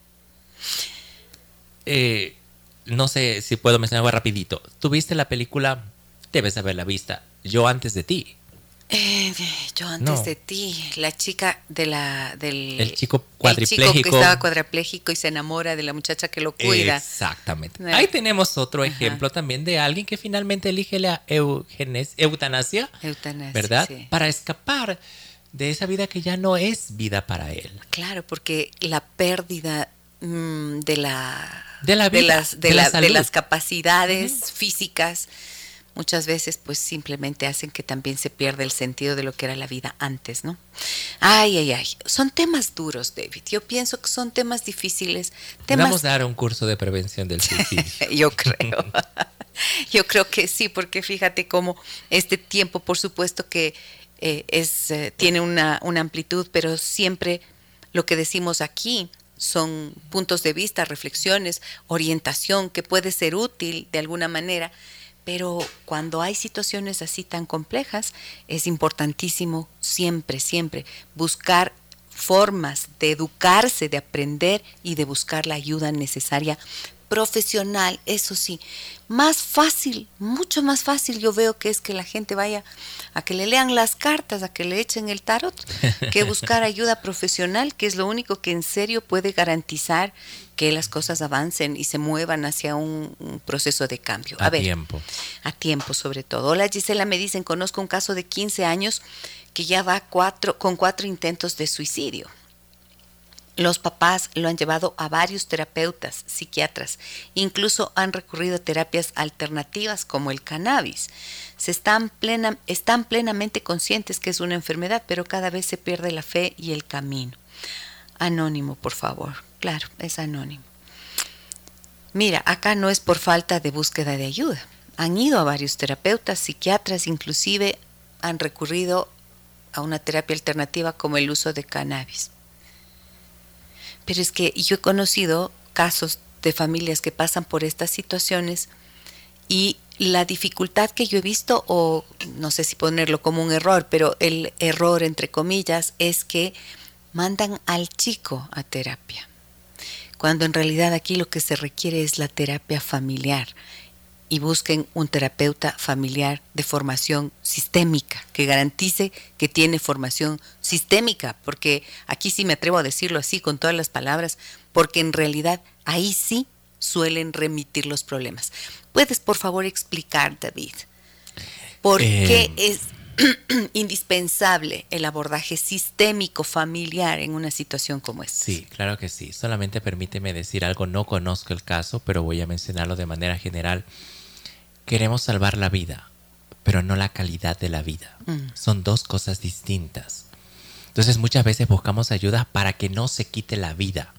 No sé si puedo mencionar algo rapidito. ¿Tuviste la película? Debes haberla vista. Yo antes de ti. Yo antes de ti. La chica el chico cuadripléjico. El chico que estaba cuadripléjico y se enamora de la muchacha que lo cuida. Exactamente. Ahí tenemos otro ejemplo también de alguien que finalmente elige la eutanasia. ¿Verdad? Sí. Para escapar de esa vida que ya no es vida para él. Claro, porque la pérdida de las capacidades físicas muchas veces pues simplemente hacen que también se pierda el sentido de lo que era la vida antes, ¿no? Ay. Son temas duros, David. Yo pienso que son temas difíciles. Vamos a dar un curso de prevención del suicidio. Yo creo que sí, porque fíjate cómo este tiempo, por supuesto que tiene una amplitud, pero siempre lo que decimos aquí son puntos de vista, reflexiones, orientación que puede ser útil de alguna manera. Pero cuando hay situaciones así tan complejas, es importantísimo siempre buscar formas de educarse, de aprender y de buscar la ayuda necesaria profesional, eso sí, más fácil, mucho más fácil yo veo que es que la gente vaya a que le lean las cartas, a que le echen el tarot, que buscar ayuda profesional, que es lo único que en serio puede garantizar que las cosas avancen y se muevan hacia un proceso de cambio. A tiempo. A tiempo sobre todo. Hola Gisela, me dicen, conozco un caso de 15 años que ya va con 4 intentos de suicidio. Los papás lo han llevado a varios terapeutas, psiquiatras, incluso han recurrido a terapias alternativas como el cannabis. Están plenamente conscientes que es una enfermedad, pero cada vez se pierde la fe y el camino. Anónimo, por favor. Claro, es anónimo. Mira, acá no es por falta de búsqueda de ayuda. Han ido a varios terapeutas, psiquiatras, inclusive han recurrido a una terapia alternativa como el uso de cannabis. Pero es que yo he conocido casos de familias que pasan por estas situaciones y la dificultad que yo he visto, o no sé si ponerlo como un error, pero el error entre comillas es que mandan al chico a terapia, cuando en realidad aquí lo que se requiere es la terapia familiar. Y busquen un terapeuta familiar de formación sistémica, que garantice que tiene formación sistémica, porque aquí sí me atrevo a decirlo así con todas las palabras, porque en realidad ahí sí suelen remitir los problemas. ¿Puedes por favor explicar, David, por qué es indispensable el abordaje sistémico familiar en una situación como esta? Sí, claro que sí. Solamente permíteme decir algo, no conozco el caso, pero voy a mencionarlo de manera general. Queremos salvar la vida, pero no la calidad de la vida. Son dos cosas distintas. Entonces muchas veces buscamos ayuda para que no se quite la vida.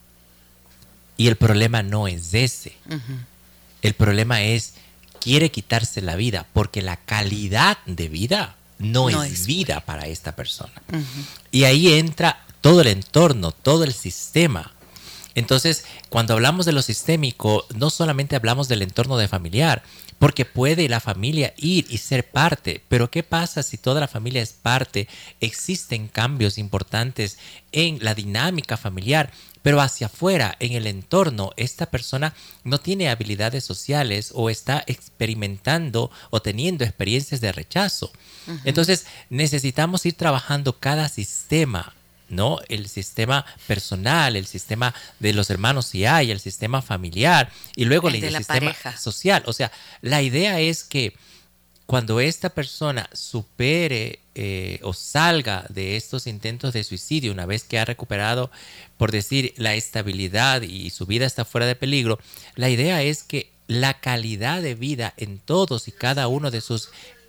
Y el problema no es ese. El problema es, quiere quitarse la vida porque la calidad de vida no es vida para esta persona. Y ahí entra todo el entorno, todo el sistema. Entonces, cuando hablamos de lo sistémico, no solamente hablamos del entorno de familiar, porque puede la familia ir y ser parte, pero ¿qué pasa si toda la familia es parte? Existen cambios importantes en la dinámica familiar, pero hacia afuera, en el entorno, esta persona no tiene habilidades sociales o está experimentando o teniendo experiencias de rechazo. Entonces, necesitamos ir trabajando cada sistema, ¿no? El sistema personal, el sistema de los hermanos si hay, el sistema familiar y luego el sistema pareja social. O sea, la idea es que cuando esta persona supere o salga de estos intentos de suicidio, una vez que ha recuperado, por decir, la estabilidad y su vida está fuera de peligro, la idea es que la calidad de vida en todos y cada uno de sus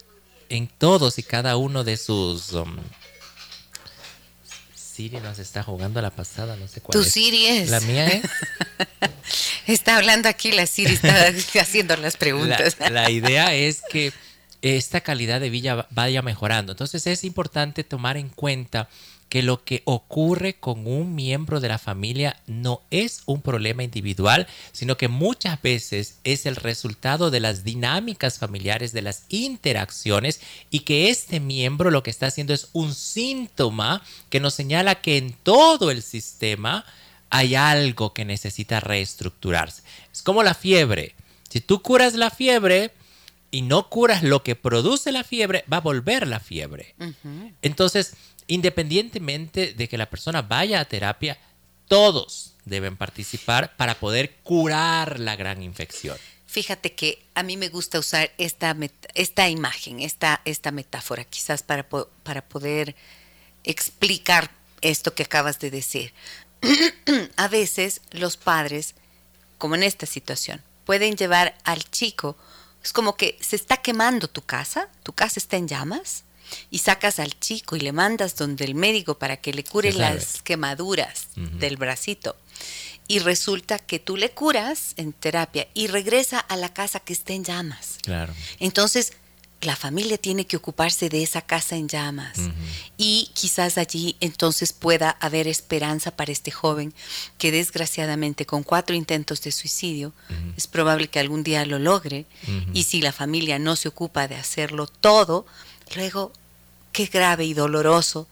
Siri nos está jugando la pasada, no sé cuál es. ¿Tu Siri es? ¿La mía es? Está hablando aquí, la Siri está haciendo las preguntas. La idea es que esta calidad de vida vaya mejorando. Entonces es importante tomar en cuenta que lo que ocurre con un miembro de la familia no es un problema individual, sino que muchas veces es el resultado de las dinámicas familiares, de las interacciones, y que este miembro lo que está haciendo es un síntoma que nos señala que en todo el sistema hay algo que necesita reestructurarse. Es como la fiebre. Si tú curas la fiebre y no curas lo que produce la fiebre, va a volver la fiebre. Entonces, independientemente de que la persona vaya a terapia, todos deben participar para poder curar la gran infección. Fíjate que a mí me gusta usar esta imagen, esta metáfora, quizás para poder explicar esto que acabas de decir. A veces los padres, como en esta situación, pueden llevar al chico, es como que se está quemando tu casa está en llamas, y sacas al chico y le mandas donde el médico para que le cure las quemaduras del bracito. Y resulta que tú le curas en terapia y regresa a la casa que está en llamas. Claro. Entonces, la familia tiene que ocuparse de esa casa en llamas. Y quizás allí entonces pueda haber esperanza para este joven que desgraciadamente con 4 intentos de suicidio es probable que algún día lo logre. Y si la familia no se ocupa de hacerlo todo, luego, qué grave y doloroso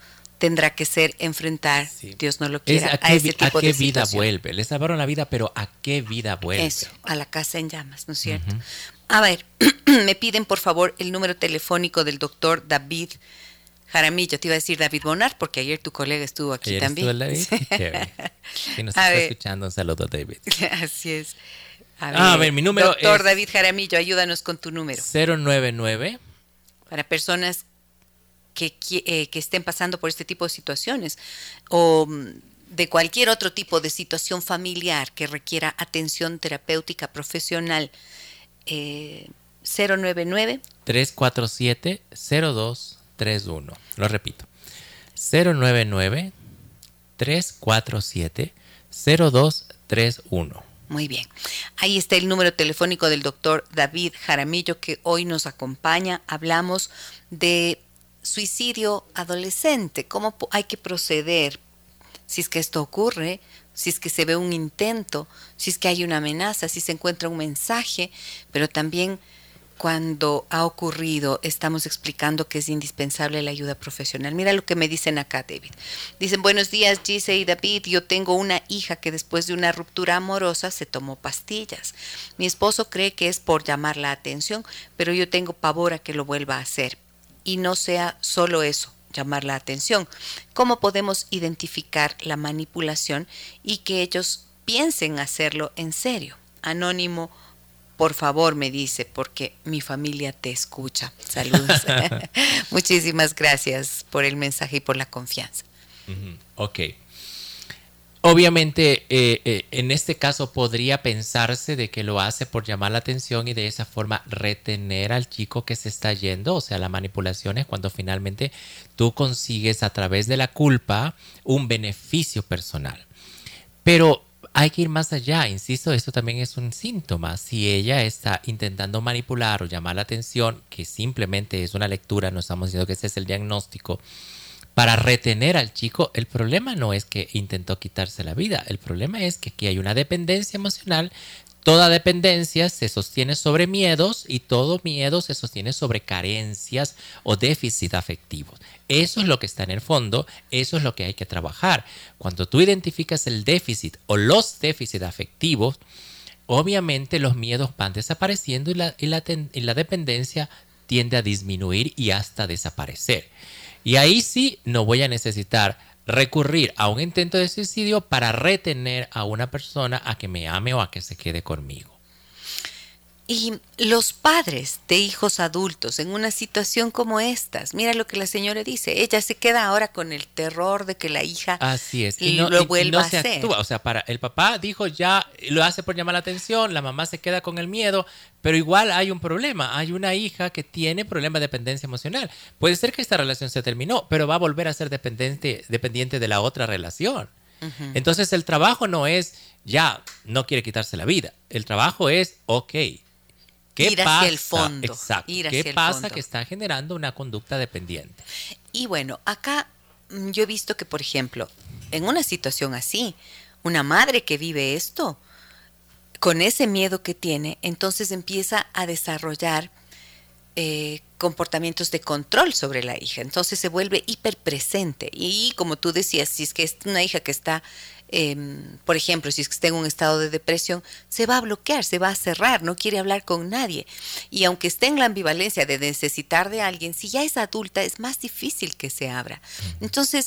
tendrá que ser enfrentar, Sí. Dios no lo quiera, ¿A ese tipo qué de vida situación. vuelve? Le salvaron la vida, pero ¿a qué vida vuelve? Eso, a la casa en llamas, ¿no es cierto? A ver, me piden por favor el número telefónico del doctor David Jaramillo. Te iba a decir David Bonar, porque ayer tu colega estuvo aquí ¿Ayer también. estuvo David? Qué chévere. Si nos A está ver. escuchando, un saludo, David. Así es. A ver, mi número doctor es David Jaramillo, ayúdanos con tu número. 099 Para personas que estén pasando por este tipo de situaciones o de cualquier otro tipo de situación familiar que requiera atención terapéutica profesional. 099 347-0231. Lo repito. 099-347-0231. Muy bien. Ahí está el número telefónico del doctor David Jaramillo que hoy nos acompaña. Hablamos de suicidio adolescente, cómo hay que proceder si es que esto ocurre, si es que se ve un intento, si es que hay una amenaza, si se encuentra un mensaje, pero también cuando ha ocurrido estamos explicando que es indispensable la ayuda profesional. Mira lo que me dicen acá, David. Dicen, buenos días, Gise y David. Yo tengo una hija que después de una ruptura amorosa se tomó pastillas. Mi esposo cree que es por llamar la atención, pero yo tengo pavor a que lo vuelva a hacer. Y no sea solo eso, llamar la atención. ¿Cómo podemos identificar la manipulación y que ellos piensen hacerlo en serio? Anónimo, por favor, me dice, porque mi familia te escucha. Saludos. Muchísimas gracias por el mensaje y por la confianza. Ok. Obviamente, en este caso podría pensarse de que lo hace por llamar la atención y de esa forma retener al chico que se está yendo. O sea, la manipulación es cuando finalmente tú consigues a través de la culpa un beneficio personal. Pero hay que ir más allá, insisto, esto también es un síntoma. Si ella está intentando manipular o llamar la atención, que simplemente es una lectura, no estamos diciendo que ese es el diagnóstico, para retener al chico, el problema no es que intentó quitarse la vida, el problema es que aquí hay una dependencia emocional. Toda dependencia se sostiene sobre miedos y todo miedo se sostiene sobre carencias o déficit afectivos. Eso es lo que está en el fondo, eso es lo que hay que trabajar. Cuando tú identificas el déficit o los déficits afectivos, obviamente los miedos van desapareciendo y la dependencia tiende a disminuir y hasta desaparecer. Y ahí sí no voy a necesitar recurrir a un intento de suicidio para retener a una persona a que me ame o a que se quede conmigo. Y los padres de hijos adultos en una situación como estas, mira lo que la señora dice, ella se queda ahora con el terror de que la hija Así es. lo vuelva no a se hacer. actúa. O sea, el papá dijo ya, lo hace por llamar la atención, la mamá se queda con el miedo, pero igual hay un problema. Hay una hija que tiene problema de dependencia emocional. Puede ser que esta relación se terminó, pero va a volver a ser dependiente de la otra relación. Uh-huh. Entonces el trabajo no es ya, no quiere quitarse la vida. El trabajo es, ok, ¿qué ir pasa? Hacia el fondo. Exacto. ¿Qué pasa que está generando una conducta dependiente? Y bueno, acá yo he visto que, por ejemplo, en una situación así, una madre que vive esto, con ese miedo que tiene, entonces empieza a desarrollar comportamientos de control sobre la hija. Entonces se vuelve hiperpresente. Y como tú decías, si es que es una hija que está... por ejemplo, si es que está en un estado de depresión, se va a bloquear, se va a cerrar, no quiere hablar con nadie. Y aunque esté en la ambivalencia de necesitar de alguien, si ya es adulta, es más difícil que se abra. Entonces,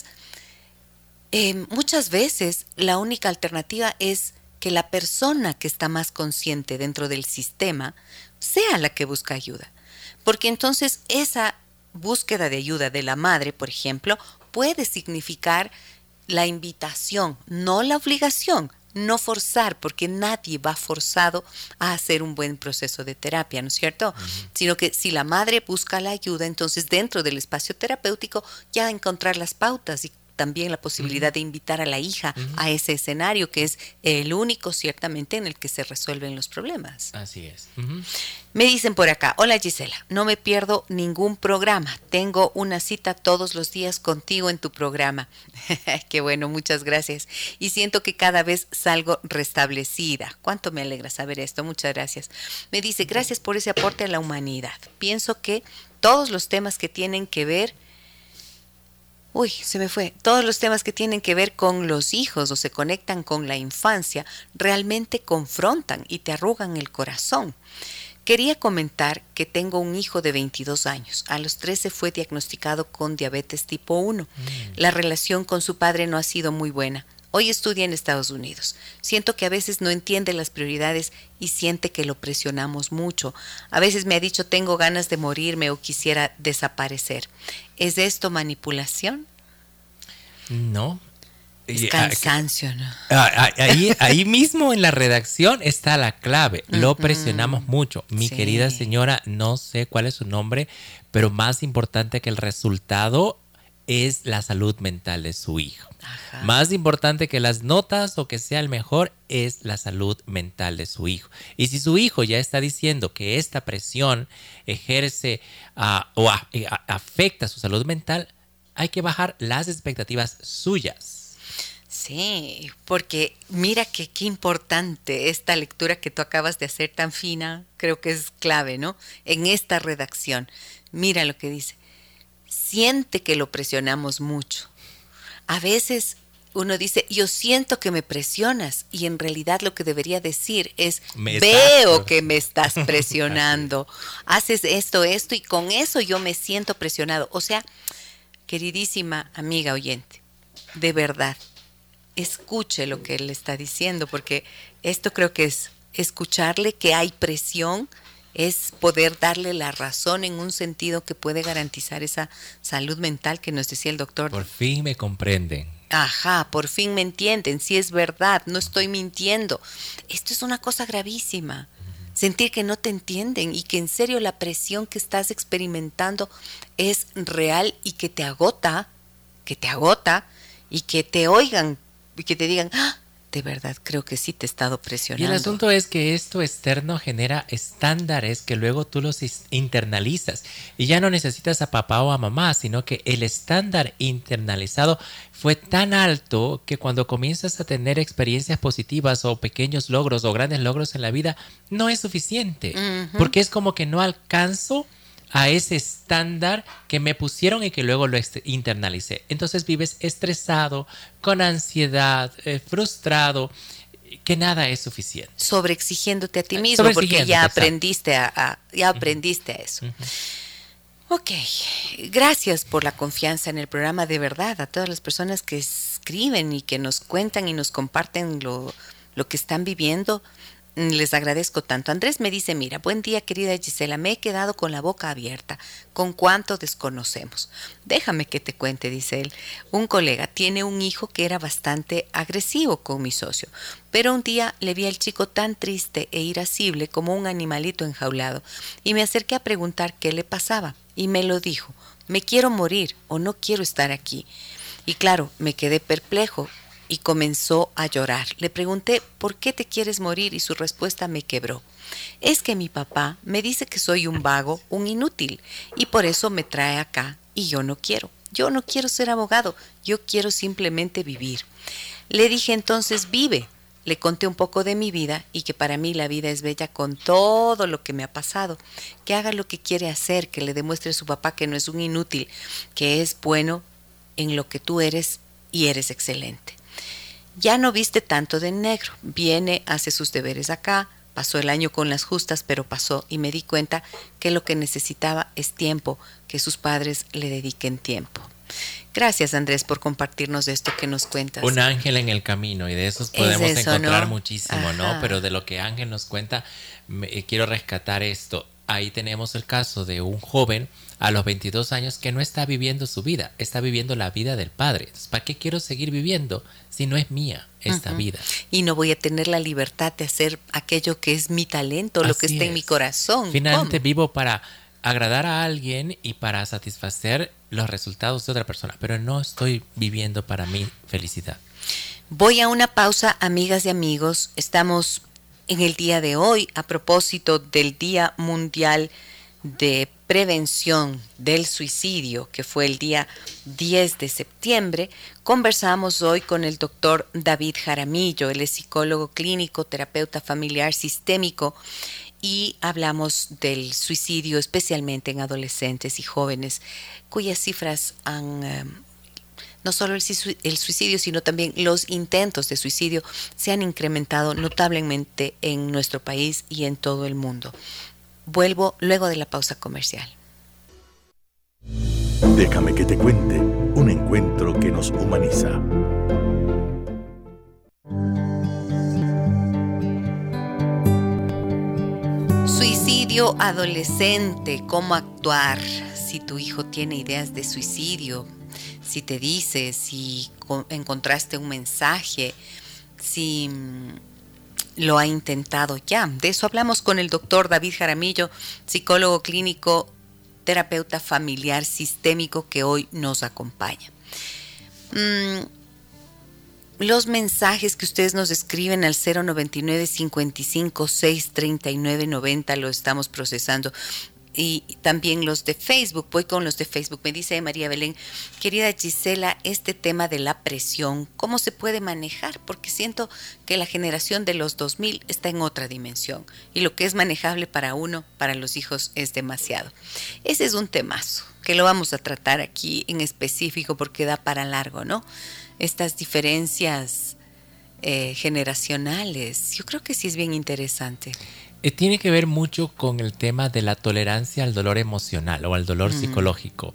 muchas veces la única alternativa es que la persona que está más consciente dentro del sistema sea la que busca ayuda. Porque entonces esa búsqueda de ayuda de la madre, por ejemplo, puede significar la invitación, no la obligación, no forzar, porque nadie va forzado a hacer un buen proceso de terapia, ¿no es cierto? Uh-huh. Sino que si la madre busca la ayuda, entonces dentro del espacio terapéutico ya encontrar las pautas y también la posibilidad de invitar a la hija a ese escenario que es el único ciertamente en el que se resuelven los problemas. Así es. Me dicen por acá, hola Gisela, no me pierdo ningún programa, tengo una cita todos los días contigo en tu programa. Qué bueno, muchas gracias. Y siento que cada vez salgo restablecida. Cuánto me alegra saber esto, muchas gracias. Me dice, gracias por ese aporte a la humanidad. Pienso que todos los temas que tienen que ver Uy, se me fue. Todos los temas que tienen que ver con los hijos o se conectan con la infancia realmente confrontan y te arrugan el corazón. Quería comentar que tengo un hijo de 22 años. A los 13 fue diagnosticado con diabetes tipo 1. La relación con su padre no ha sido muy buena. Hoy estudia en Estados Unidos. Siento que a veces no entiende las prioridades y siente que lo presionamos mucho. A veces me ha dicho tengo ganas de morirme o quisiera desaparecer. ¿Es esto manipulación? No. Es cansancio, ¿no? Ahí mismo en la redacción está la clave. Lo presionamos mucho. Mi querida señora, no sé cuál es su nombre, pero más importante que el resultado es la salud mental de su hijo. Ajá. Más importante que las notas o que sea el mejor es la salud mental de su hijo. Y si su hijo ya está diciendo que esta presión ejerce o afecta su salud mental, hay que bajar las expectativas suyas. Sí, porque mira qué importante esta lectura que tú acabas de hacer tan fina, creo que es clave, ¿no? En esta redacción, mira lo que dice. Siente que lo presionamos mucho. A veces uno dice, yo siento que me presionas, y en realidad lo que debería decir es, veo que me estás presionando. Haces esto, y con eso yo me siento presionado. O sea, queridísima amiga oyente, de verdad, escuche lo que él está diciendo, porque esto creo que es escucharle que hay presión, es poder darle la razón en un sentido que puede garantizar esa salud mental que nos decía el doctor. Por fin me comprenden. Ajá, por fin me entienden, sí es verdad, no estoy mintiendo. Esto es una cosa gravísima, sentir que no te entienden y que en serio la presión que estás experimentando es real y que te agota y que te oigan y que te digan, ¡ah! De verdad, creo que sí te he estado presionando. Y el asunto es que esto externo genera estándares que luego tú los internalizas. Y ya no necesitas a papá o a mamá, sino que el estándar internalizado fue tan alto que cuando comienzas a tener experiencias positivas o pequeños logros o grandes logros en la vida, no es suficiente. Porque es como que no alcanzo a ese estándar que me pusieron y que luego lo internalicé. Entonces vives estresado, con ansiedad, frustrado, que nada es suficiente. Sobreexigiéndote a ti mismo, porque ya aprendiste a eso. Ok, gracias por la confianza en el programa, de verdad, a todas las personas que escriben y que nos cuentan y nos comparten lo que están viviendo. Les agradezco tanto. Andrés me dice, mira, buen día querida Gisela, me he quedado con la boca abierta, con cuánto desconocemos. Déjame que te cuente, dice él. Un colega tiene un hijo que era bastante agresivo con mi socio, pero un día le vi al chico tan triste e irascible como un animalito enjaulado y me acerqué a preguntar qué le pasaba y me lo dijo, me quiero morir o no quiero estar aquí. Y claro, me quedé perplejo y comenzó a llorar. Le pregunté, ¿por qué te quieres morir? Y su respuesta me quebró. Es que mi papá me dice que soy un vago, un inútil, y por eso me trae acá, y yo no quiero. Yo no quiero ser abogado, yo quiero simplemente vivir. Le dije entonces, vive. Le conté un poco de mi vida y que para mí la vida es bella con todo lo que me ha pasado. Que haga lo que quiere hacer, que le demuestre a su papá que no es un inútil, que es bueno en lo que tú eres y eres excelente. Ya no viste tanto de negro, viene, hace sus deberes acá, pasó el año con las justas, pero pasó y me di cuenta que lo que necesitaba es tiempo, que sus padres le dediquen tiempo. Gracias, Andrés, por compartirnos de esto que nos cuentas. Un ángel en el camino, y de esos podemos encontrar muchísimo, ¿no? Pero de lo que Ángel nos cuenta, quiero rescatar esto. Ahí tenemos el caso de un joven a los 22 años que no está viviendo su vida, está viviendo la vida del padre. Entonces, ¿para qué quiero seguir viviendo si no es mía esta vida? Y no voy a tener la libertad de hacer aquello que es mi talento, lo que está en mi corazón. Finalmente vivo para agradar a alguien y para satisfacer los resultados de otra persona, pero no estoy viviendo para mi felicidad. Voy a una pausa, amigas y amigos. Estamos en el día de hoy a propósito del Día Mundial de Prevención del Suicidio, que fue el día 10 de septiembre. Conversamos hoy con el doctor David Jaramillo, él es psicólogo clínico, terapeuta familiar sistémico, y hablamos del suicidio especialmente en adolescentes y jóvenes, cuyas cifras han no solo el suicidio, sino también los intentos de suicidio se han incrementado notablemente en nuestro país y en todo el mundo. Vuelvo luego de la pausa comercial. Déjame que te cuente un encuentro que nos humaniza. Suicidio adolescente, ¿cómo actuar? Si tu hijo tiene ideas de suicidio, si te dice, si encontraste un mensaje, si lo ha intentado ya. De eso hablamos con el doctor David Jaramillo, psicólogo clínico, terapeuta familiar sistémico, que hoy nos acompaña. Los mensajes que ustedes nos escriben al 099 55 6 39 90 lo estamos procesando. Y también los de Facebook. Voy con los de Facebook. Me dice María Belén: querida Gisela, este tema de la presión, ¿cómo se puede manejar? Porque siento que la generación de los 2000 está en otra dimensión. Y lo que es manejable para uno, para los hijos, es demasiado. Ese es un temazo que lo vamos a tratar aquí en específico porque da para largo, ¿no? Estas diferencias generacionales. Yo creo que sí es bien interesante. Tiene que ver mucho con el tema de la tolerancia al dolor emocional o al dolor psicológico.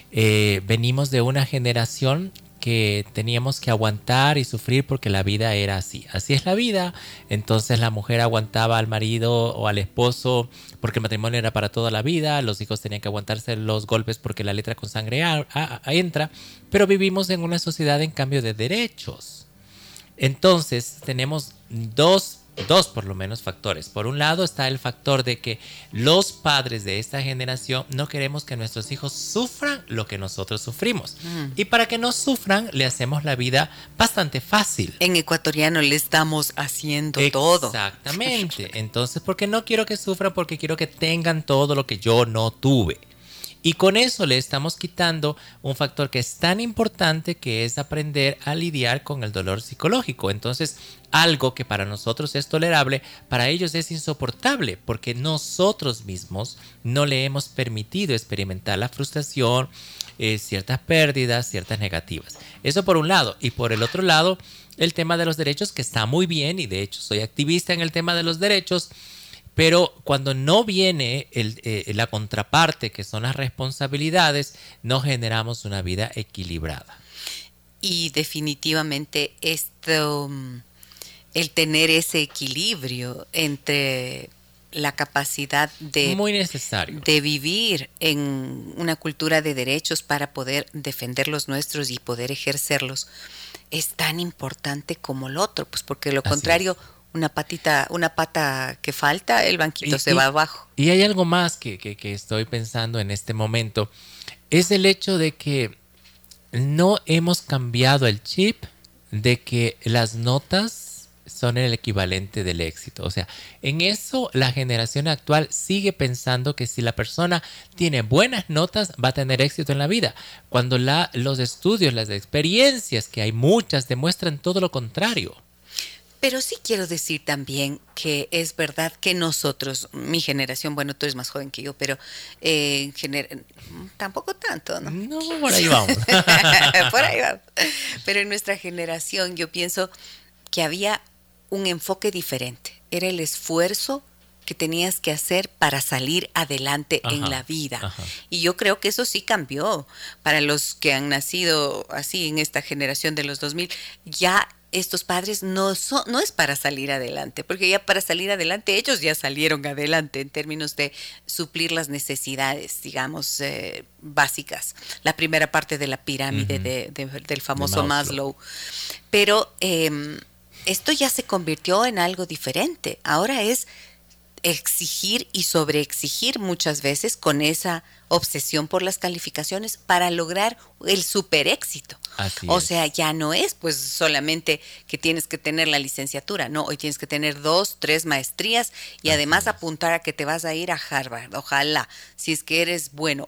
Venimos de una generación que teníamos que aguantar y sufrir porque la vida era así. Así es la vida. Entonces la mujer aguantaba al marido o al esposo porque el matrimonio era para toda la vida. Los hijos tenían que aguantarse los golpes porque la letra con sangre entra. Pero vivimos en una sociedad en cambio de derechos. Entonces tenemos dos por lo menos factores. Por un lado está el factor de que los padres de esta generación no queremos que nuestros hijos sufran lo que nosotros sufrimos. Y para que no sufran, le hacemos la vida bastante fácil. En ecuatoriano le estamos haciendo todo. Exactamente. Entonces, porque no quiero que sufran, porque quiero que tengan todo lo que yo no tuve. Y con eso le estamos quitando un factor que es tan importante, que es aprender a lidiar con el dolor psicológico. Entonces, algo que para nosotros es tolerable, para ellos es insoportable, porque nosotros mismos no le hemos permitido experimentar la frustración, ciertas pérdidas, ciertas negativas. Eso por un lado. Y por el otro lado, el tema de los derechos, que está muy bien, y de hecho soy activista en el tema de los derechos. Pero cuando no viene la contraparte, que son las responsabilidades, no generamos una vida equilibrada. Y definitivamente el tener ese equilibrio entre la capacidad muy necesario de vivir en una cultura de derechos para poder defender los nuestros y poder ejercerlos es tan importante como el otro, pues porque lo contrario, una pata que falta, el banquito se va abajo. Y hay algo más que estoy pensando en este momento, es el hecho de que no hemos cambiado el chip de que las notas son el equivalente del éxito. O sea, en eso la generación actual sigue pensando que si la persona tiene buenas notas va a tener éxito en la vida, cuando los estudios, las experiencias, que hay muchas, demuestran todo lo contrario. Pero sí quiero decir también que es verdad que nosotros, mi generación, bueno, tú eres más joven que yo, pero tampoco tanto, ¿no? No, por ahí vamos. Por ahí vamos. Pero en nuestra generación yo pienso que había un enfoque diferente. Era el esfuerzo que tenías que hacer para salir adelante en la vida. Y yo creo que eso sí cambió. Para los que han nacido así en esta generación de los 2000, ya estos padres no es para salir adelante, porque ya para salir adelante ellos ya salieron adelante en términos de suplir las necesidades, digamos, básicas. La primera parte de la pirámide del famoso Maslow. Pero esto ya se convirtió en algo diferente. Ahora es exigir y sobreexigir muchas veces con esa obsesión por las calificaciones para lograr el super éxito. O sea, ya no es pues solamente que tienes que tener la licenciatura, no, hoy tienes que tener 2, 3 maestrías y además apuntar a que te vas a ir a Harvard, ojalá, si es que eres bueno, o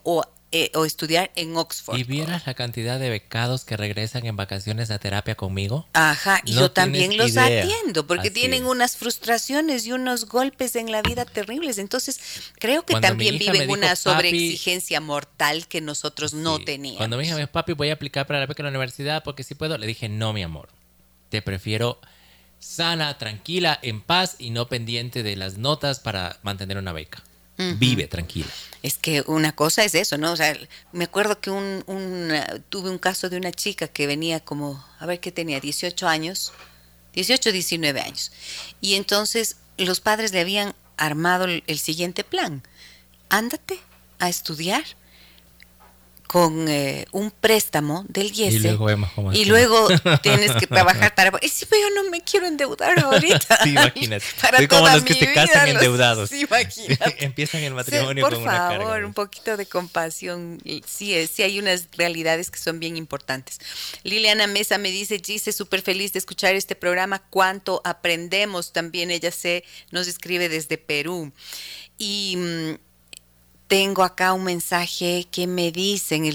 o estudiar en Oxford. ¿Y vieras la cantidad de becados que regresan en vacaciones a terapia conmigo? Ajá, y No yo también tienes los idea. atiendo porque Así tienen es. unas frustraciones y unos golpes en la vida terribles. Entonces, creo que Cuando también mi hija me viven dijo, una "Papi", sobreexigencia mortal que nosotros no sí, teníamos. cuando mi hija me dijo, papi, voy a aplicar para la beca de la universidad porque sí puedo, le dije, no, mi amor. Te prefiero sana, tranquila, en paz y no pendiente de las notas para mantener una beca. Vive tranquila. Es que una cosa es eso, ¿no? O sea, me acuerdo que tuve un caso de una chica que venía como, a ver qué tenía, 18 años, 18, 19 años. Y entonces los padres le habían armado el siguiente plan. Ándate a estudiar con un préstamo del Y IESE luego vemos cómo y hacemos. luego tienes que trabajar para... Sí, pero yo no me quiero endeudar ahorita. Sí, imagínate. Para Soy como toda los que mi se casan vida, endeudados. Sí, imagínate. Empiezan el Sí, matrimonio por con una carga. favor, un poquito de compasión. Sí hay unas realidades que son bien importantes. Liliana Mesa me dice, Gise, súper feliz de escuchar este programa. Cuánto aprendemos. También ella nos escribe desde Perú. Y tengo acá un mensaje que me dice en el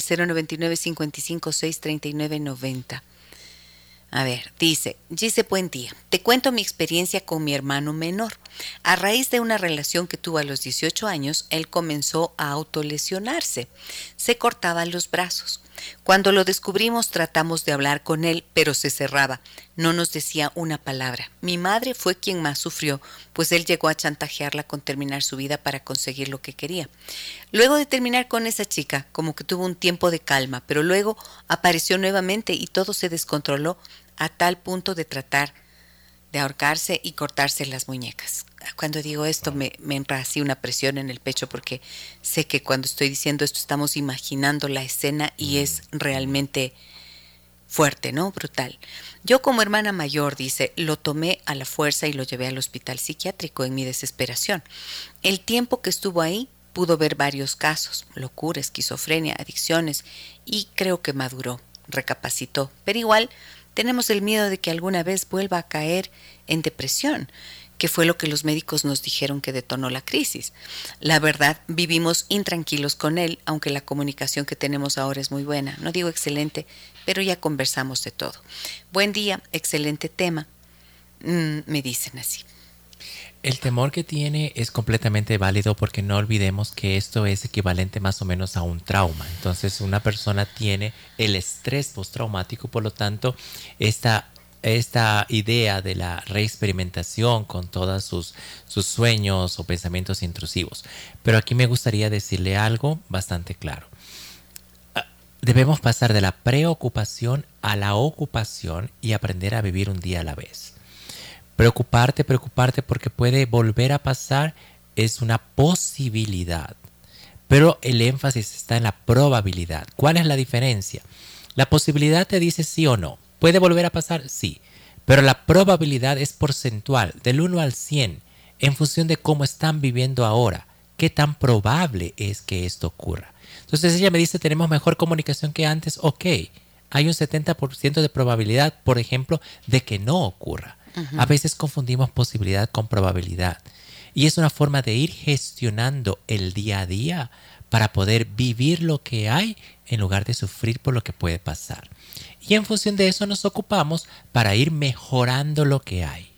099-556-3990. A ver, dice, Gise, buen día. Te cuento mi experiencia con mi hermano menor. A raíz de una relación que tuvo a los 18 años, él comenzó a autolesionarse. Se cortaba los brazos. Cuando lo descubrimos, tratamos de hablar con él, pero se cerraba. No nos decía una palabra. Mi madre fue quien más sufrió, pues él llegó a chantajearla con terminar su vida para conseguir lo que quería. Luego de terminar con esa chica, como que tuvo un tiempo de calma, pero luego apareció nuevamente y todo se descontroló a tal punto de tratar de ahorcarse y cortarse las muñecas. Cuando digo esto me entra así una presión en el pecho porque sé que cuando estoy diciendo esto estamos imaginando la escena y es realmente fuerte, ¿no? Brutal. Yo como hermana mayor, dice, lo tomé a la fuerza y lo llevé al hospital psiquiátrico en mi desesperación. El tiempo que estuvo ahí pudo ver varios casos, locura, esquizofrenia, adicciones y creo que maduró, recapacitó, pero igual tenemos el miedo de que alguna vez vuelva a caer en depresión, que fue lo que los médicos nos dijeron que detonó la crisis. La verdad, vivimos intranquilos con él, aunque la comunicación que tenemos ahora es muy buena. No digo excelente, pero ya conversamos de todo. Buen día, excelente tema. Me dicen así. El temor que tiene es completamente válido porque no olvidemos que esto es equivalente más o menos a un trauma. Entonces una persona tiene el estrés postraumático, por lo tanto esta idea de la reexperimentación con todos sus sueños o pensamientos intrusivos. Pero aquí me gustaría decirle algo bastante claro. Debemos pasar de la preocupación a la ocupación y aprender a vivir un día a la vez. Preocuparte porque puede volver a pasar es una posibilidad, pero el énfasis está en la probabilidad. ¿Cuál es la diferencia? La posibilidad te dice sí o no. ¿Puede volver a pasar? Sí, pero la probabilidad es porcentual, del 1 al 100, en función de cómo están viviendo ahora. ¿Qué tan probable es que esto ocurra? Entonces ella me dice, tenemos mejor comunicación que antes. Ok, hay un 70% de probabilidad, por ejemplo, de que no ocurra. A veces confundimos posibilidad con probabilidad. Y es una forma de ir gestionando el día a día para poder vivir lo que hay en lugar de sufrir por lo que puede pasar. Y en función de eso nos ocupamos para ir mejorando lo que hay.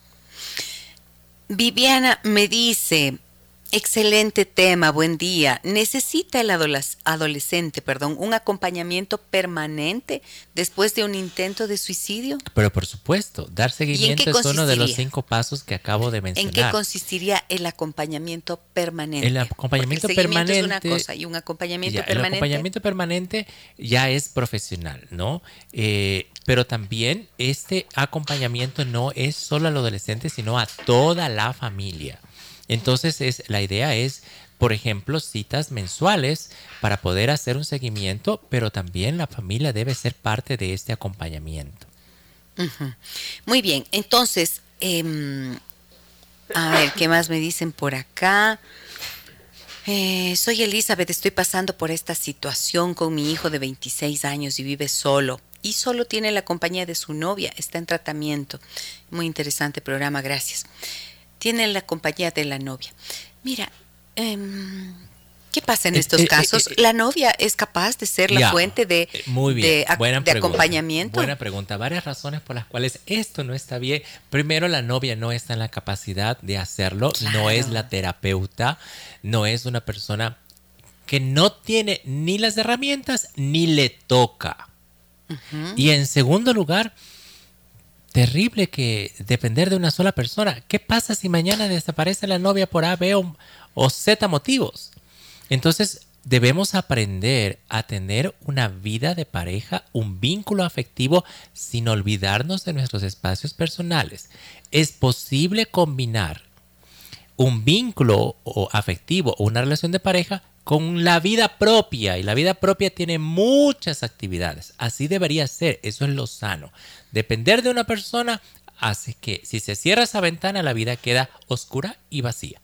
Viviana me dice, excelente tema, buen día. ¿Necesita el adolescente, un acompañamiento permanente después de un intento de suicidio? Pero por supuesto, dar seguimiento es uno de los 5 pasos que acabo de mencionar. ¿En qué consistiría el acompañamiento permanente? El acompañamiento Porque el seguimiento permanente es una cosa y un acompañamiento permanente. El acompañamiento permanente ya es profesional, ¿no? Pero también este acompañamiento no es solo al adolescente, sino a toda la familia. Entonces la idea es, por ejemplo, citas mensuales para poder hacer un seguimiento, pero también la familia debe ser parte de este acompañamiento. Uh-huh. Muy bien, entonces, a ver, ¿qué más me dicen por acá? Soy Elizabeth, estoy pasando por esta situación con mi hijo de 26 años y vive solo. Y solo tiene la compañía de su novia, está en tratamiento. Muy interesante programa, gracias. Tiene la compañía de la novia. Mira, ¿Qué pasa en estos casos? ¿La novia es capaz de ser la fuente de, muy bien. de acompañamiento? Buena pregunta. Varias razones por las cuales esto no está bien. Primero, la novia no está en la capacidad de hacerlo. Claro. No es la terapeuta. No es una persona que no tiene ni las herramientas ni le toca. Uh-huh. Y en segundo lugar, terrible que depender de una sola persona. ¿Qué pasa si mañana desaparece la novia por A, B o Z motivos? Entonces debemos aprender a tener una vida de pareja, un vínculo afectivo sin olvidarnos de nuestros espacios personales. Es posible combinar un vínculo afectivo o una relación de pareja con la vida propia, y la vida propia tiene muchas actividades. Así debería ser, eso es lo sano. Depender de una persona hace que si se cierra esa ventana, la vida queda oscura y vacía.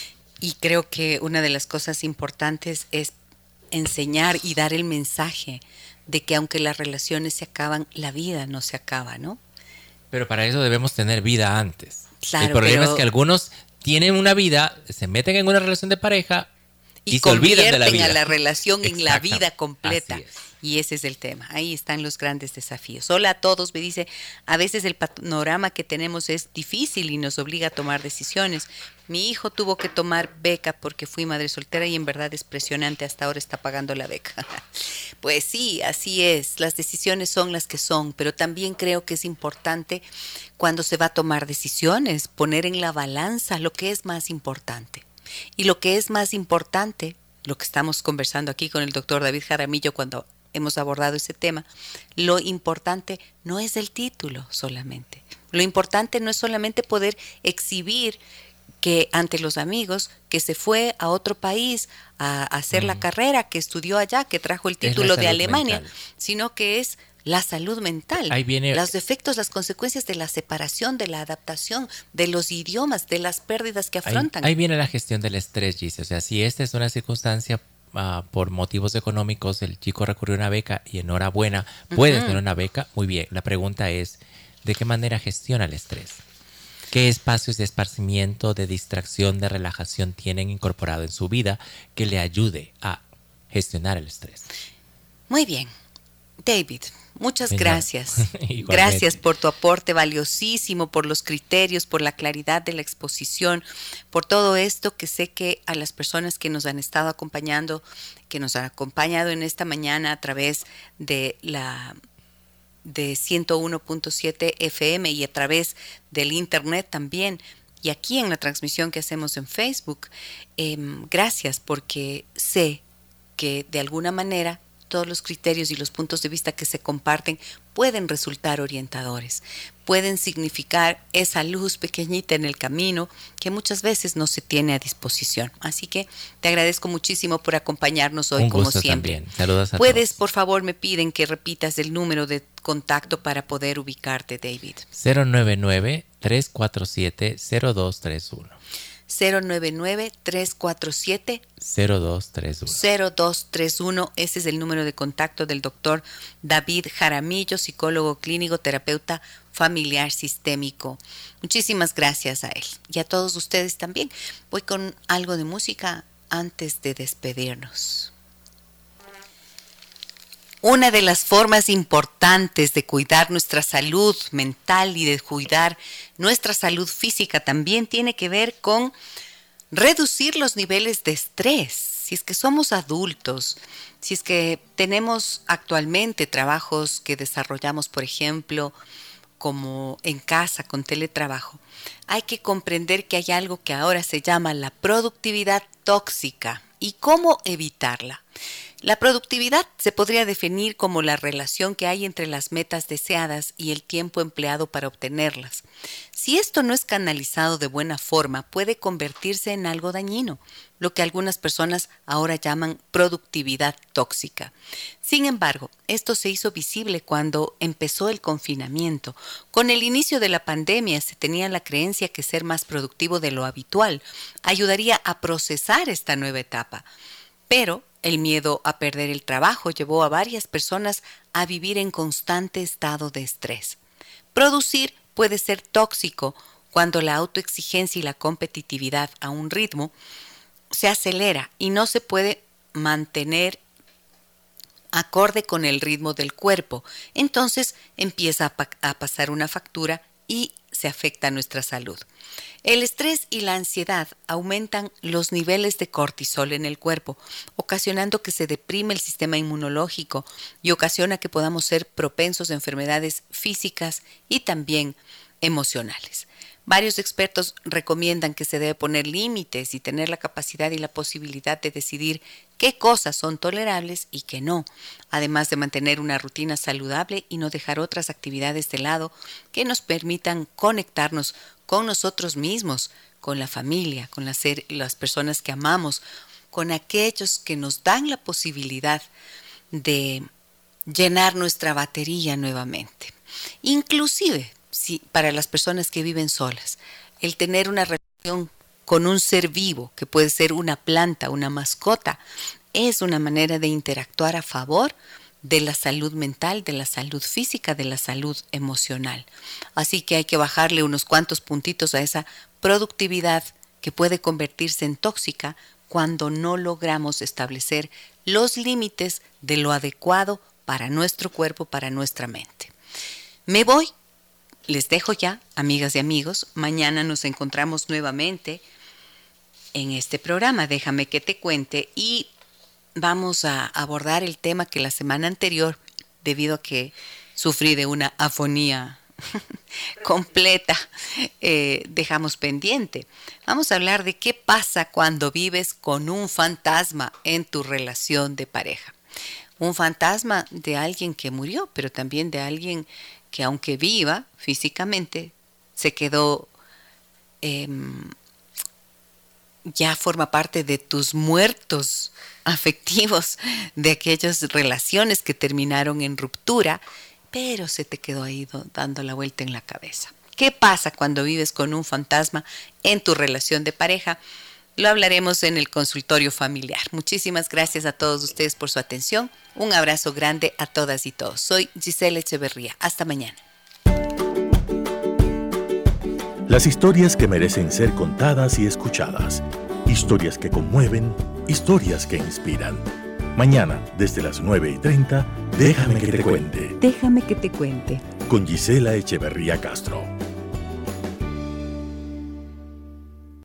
Y creo que una de las cosas importantes es enseñar y dar el mensaje de que aunque las relaciones se acaban, la vida no se acaba, ¿no? Pero para eso debemos tener vida antes. Claro, el problema es que algunos tienen una vida, se meten en una relación de pareja y se olvidan de la vida. A la relación en la vida completa. Y ese es el tema. Ahí están los grandes desafíos. Hola a todos, me dice, a veces el panorama que tenemos es difícil y nos obliga a tomar decisiones. Mi hijo tuvo que tomar beca porque fui madre soltera y en verdad es presionante, hasta ahora está pagando la beca. Pues sí, así es, las decisiones son las que son, pero también creo que es importante cuando se va a tomar decisiones, poner en la balanza lo que es más importante. Y lo que es más importante, lo que estamos conversando aquí con el doctor David Jaramillo cuando hemos abordado ese tema, lo importante no es el título solamente. Lo importante no es solamente poder exhibir que ante los amigos que se fue a otro país a hacer la carrera, que estudió allá, que trajo el título de Alemania, mental, sino que es la salud mental, ahí viene, los efectos, las consecuencias de la separación, de la adaptación, de los idiomas, de las pérdidas que afrontan. Ahí viene la gestión del estrés, Gise. O sea, si esta es una circunstancia por motivos económicos, el chico recurrió a una beca y enhorabuena, puede tener una beca, muy bien. La pregunta es, ¿de qué manera gestiona el estrés? ¿Qué espacios de esparcimiento, de distracción, de relajación tienen incorporado en su vida que le ayude a gestionar el estrés? Muy bien. David, muchas gracias. Gracias por tu aporte valiosísimo, por los criterios, por la claridad de la exposición, por todo esto que sé que a las personas que nos han estado acompañando, que nos han acompañado en esta mañana a través de 101.7 FM y a través del internet también, y aquí en la transmisión que hacemos en Facebook, gracias, porque sé que de alguna manera todos los criterios y los puntos de vista que se comparten pueden resultar orientadores, pueden significar esa luz pequeñita en el camino que muchas veces no se tiene a disposición. Así que te agradezco muchísimo por acompañarnos hoy, como siempre. También. Saludos a Puedes, todos. por favor, me piden que repitas el número de contacto para poder ubicarte, David. 099-347-0231. 099-347-0231. Ese es el número de contacto del doctor David Jaramillo, psicólogo clínico, terapeuta familiar sistémico. Muchísimas gracias a él y a todos ustedes también. Voy con algo de música antes de despedirnos. Una de las formas importantes de cuidar nuestra salud mental y de cuidar nuestra salud física también tiene que ver con reducir los niveles de estrés. Si es que somos adultos, si es que tenemos actualmente trabajos que desarrollamos, por ejemplo, como en casa con teletrabajo, hay que comprender que hay algo que ahora se llama la productividad tóxica. ¿Y cómo evitarla? La productividad se podría definir como la relación que hay entre las metas deseadas y el tiempo empleado para obtenerlas. Si esto no es canalizado de buena forma, puede convertirse en algo dañino, lo que algunas personas ahora llaman productividad tóxica. Sin embargo, esto se hizo visible cuando empezó el confinamiento. Con el inicio de la pandemia se tenía la creencia que ser más productivo de lo habitual ayudaría a procesar esta nueva etapa. Pero el miedo a perder el trabajo llevó a varias personas a vivir en constante estado de estrés. Producir puede ser tóxico cuando la autoexigencia y la competitividad a un ritmo se acelera y no se puede mantener acorde con el ritmo del cuerpo. Entonces empieza a pasar una factura y se afecta nuestra salud. El estrés y la ansiedad aumentan los niveles de cortisol en el cuerpo, ocasionando que se deprime el sistema inmunológico y ocasiona que podamos ser propensos a enfermedades físicas y también emocionales. Varios expertos recomiendan que se debe poner límites y tener la capacidad y la posibilidad de decidir qué cosas son tolerables y qué no, además de mantener una rutina saludable y no dejar otras actividades de lado que nos permitan conectarnos con nosotros mismos, con la familia, con las personas que amamos, con aquellos que nos dan la posibilidad de llenar nuestra batería nuevamente. Inclusive, para las personas que viven solas, el tener una relación con un ser vivo, que puede ser una planta, una mascota, es una manera de interactuar a favor de la salud mental, de la salud física, de la salud emocional. Así que hay que bajarle unos cuantos puntitos a esa productividad que puede convertirse en tóxica cuando no logramos establecer los límites de lo adecuado para nuestro cuerpo, para nuestra mente. Me voy. Les dejo ya, amigas y amigos. Mañana nos encontramos nuevamente en este programa. Déjame que te cuente y vamos a abordar el tema que la semana anterior, debido a que sufrí de una afonía completa, dejamos pendiente. Vamos a hablar de qué pasa cuando vives con un fantasma en tu relación de pareja. Un fantasma de alguien que murió, pero también de alguien que aunque viva físicamente, se quedó, ya forma parte de tus muertos afectivos, de aquellas relaciones que terminaron en ruptura, pero se te quedó ahí dando la vuelta en la cabeza. ¿Qué pasa cuando vives con un fantasma en tu relación de pareja? Lo hablaremos en el consultorio familiar. Muchísimas gracias a todos ustedes por su atención. Un abrazo grande a todas y todos. Soy Gisela Echeverría. Hasta mañana. Las historias que merecen ser contadas y escuchadas. Historias que conmueven, historias que inspiran. Mañana, desde las 9:30, déjame que te cuente. Déjame que te cuente. Con Gisela Echeverría Castro.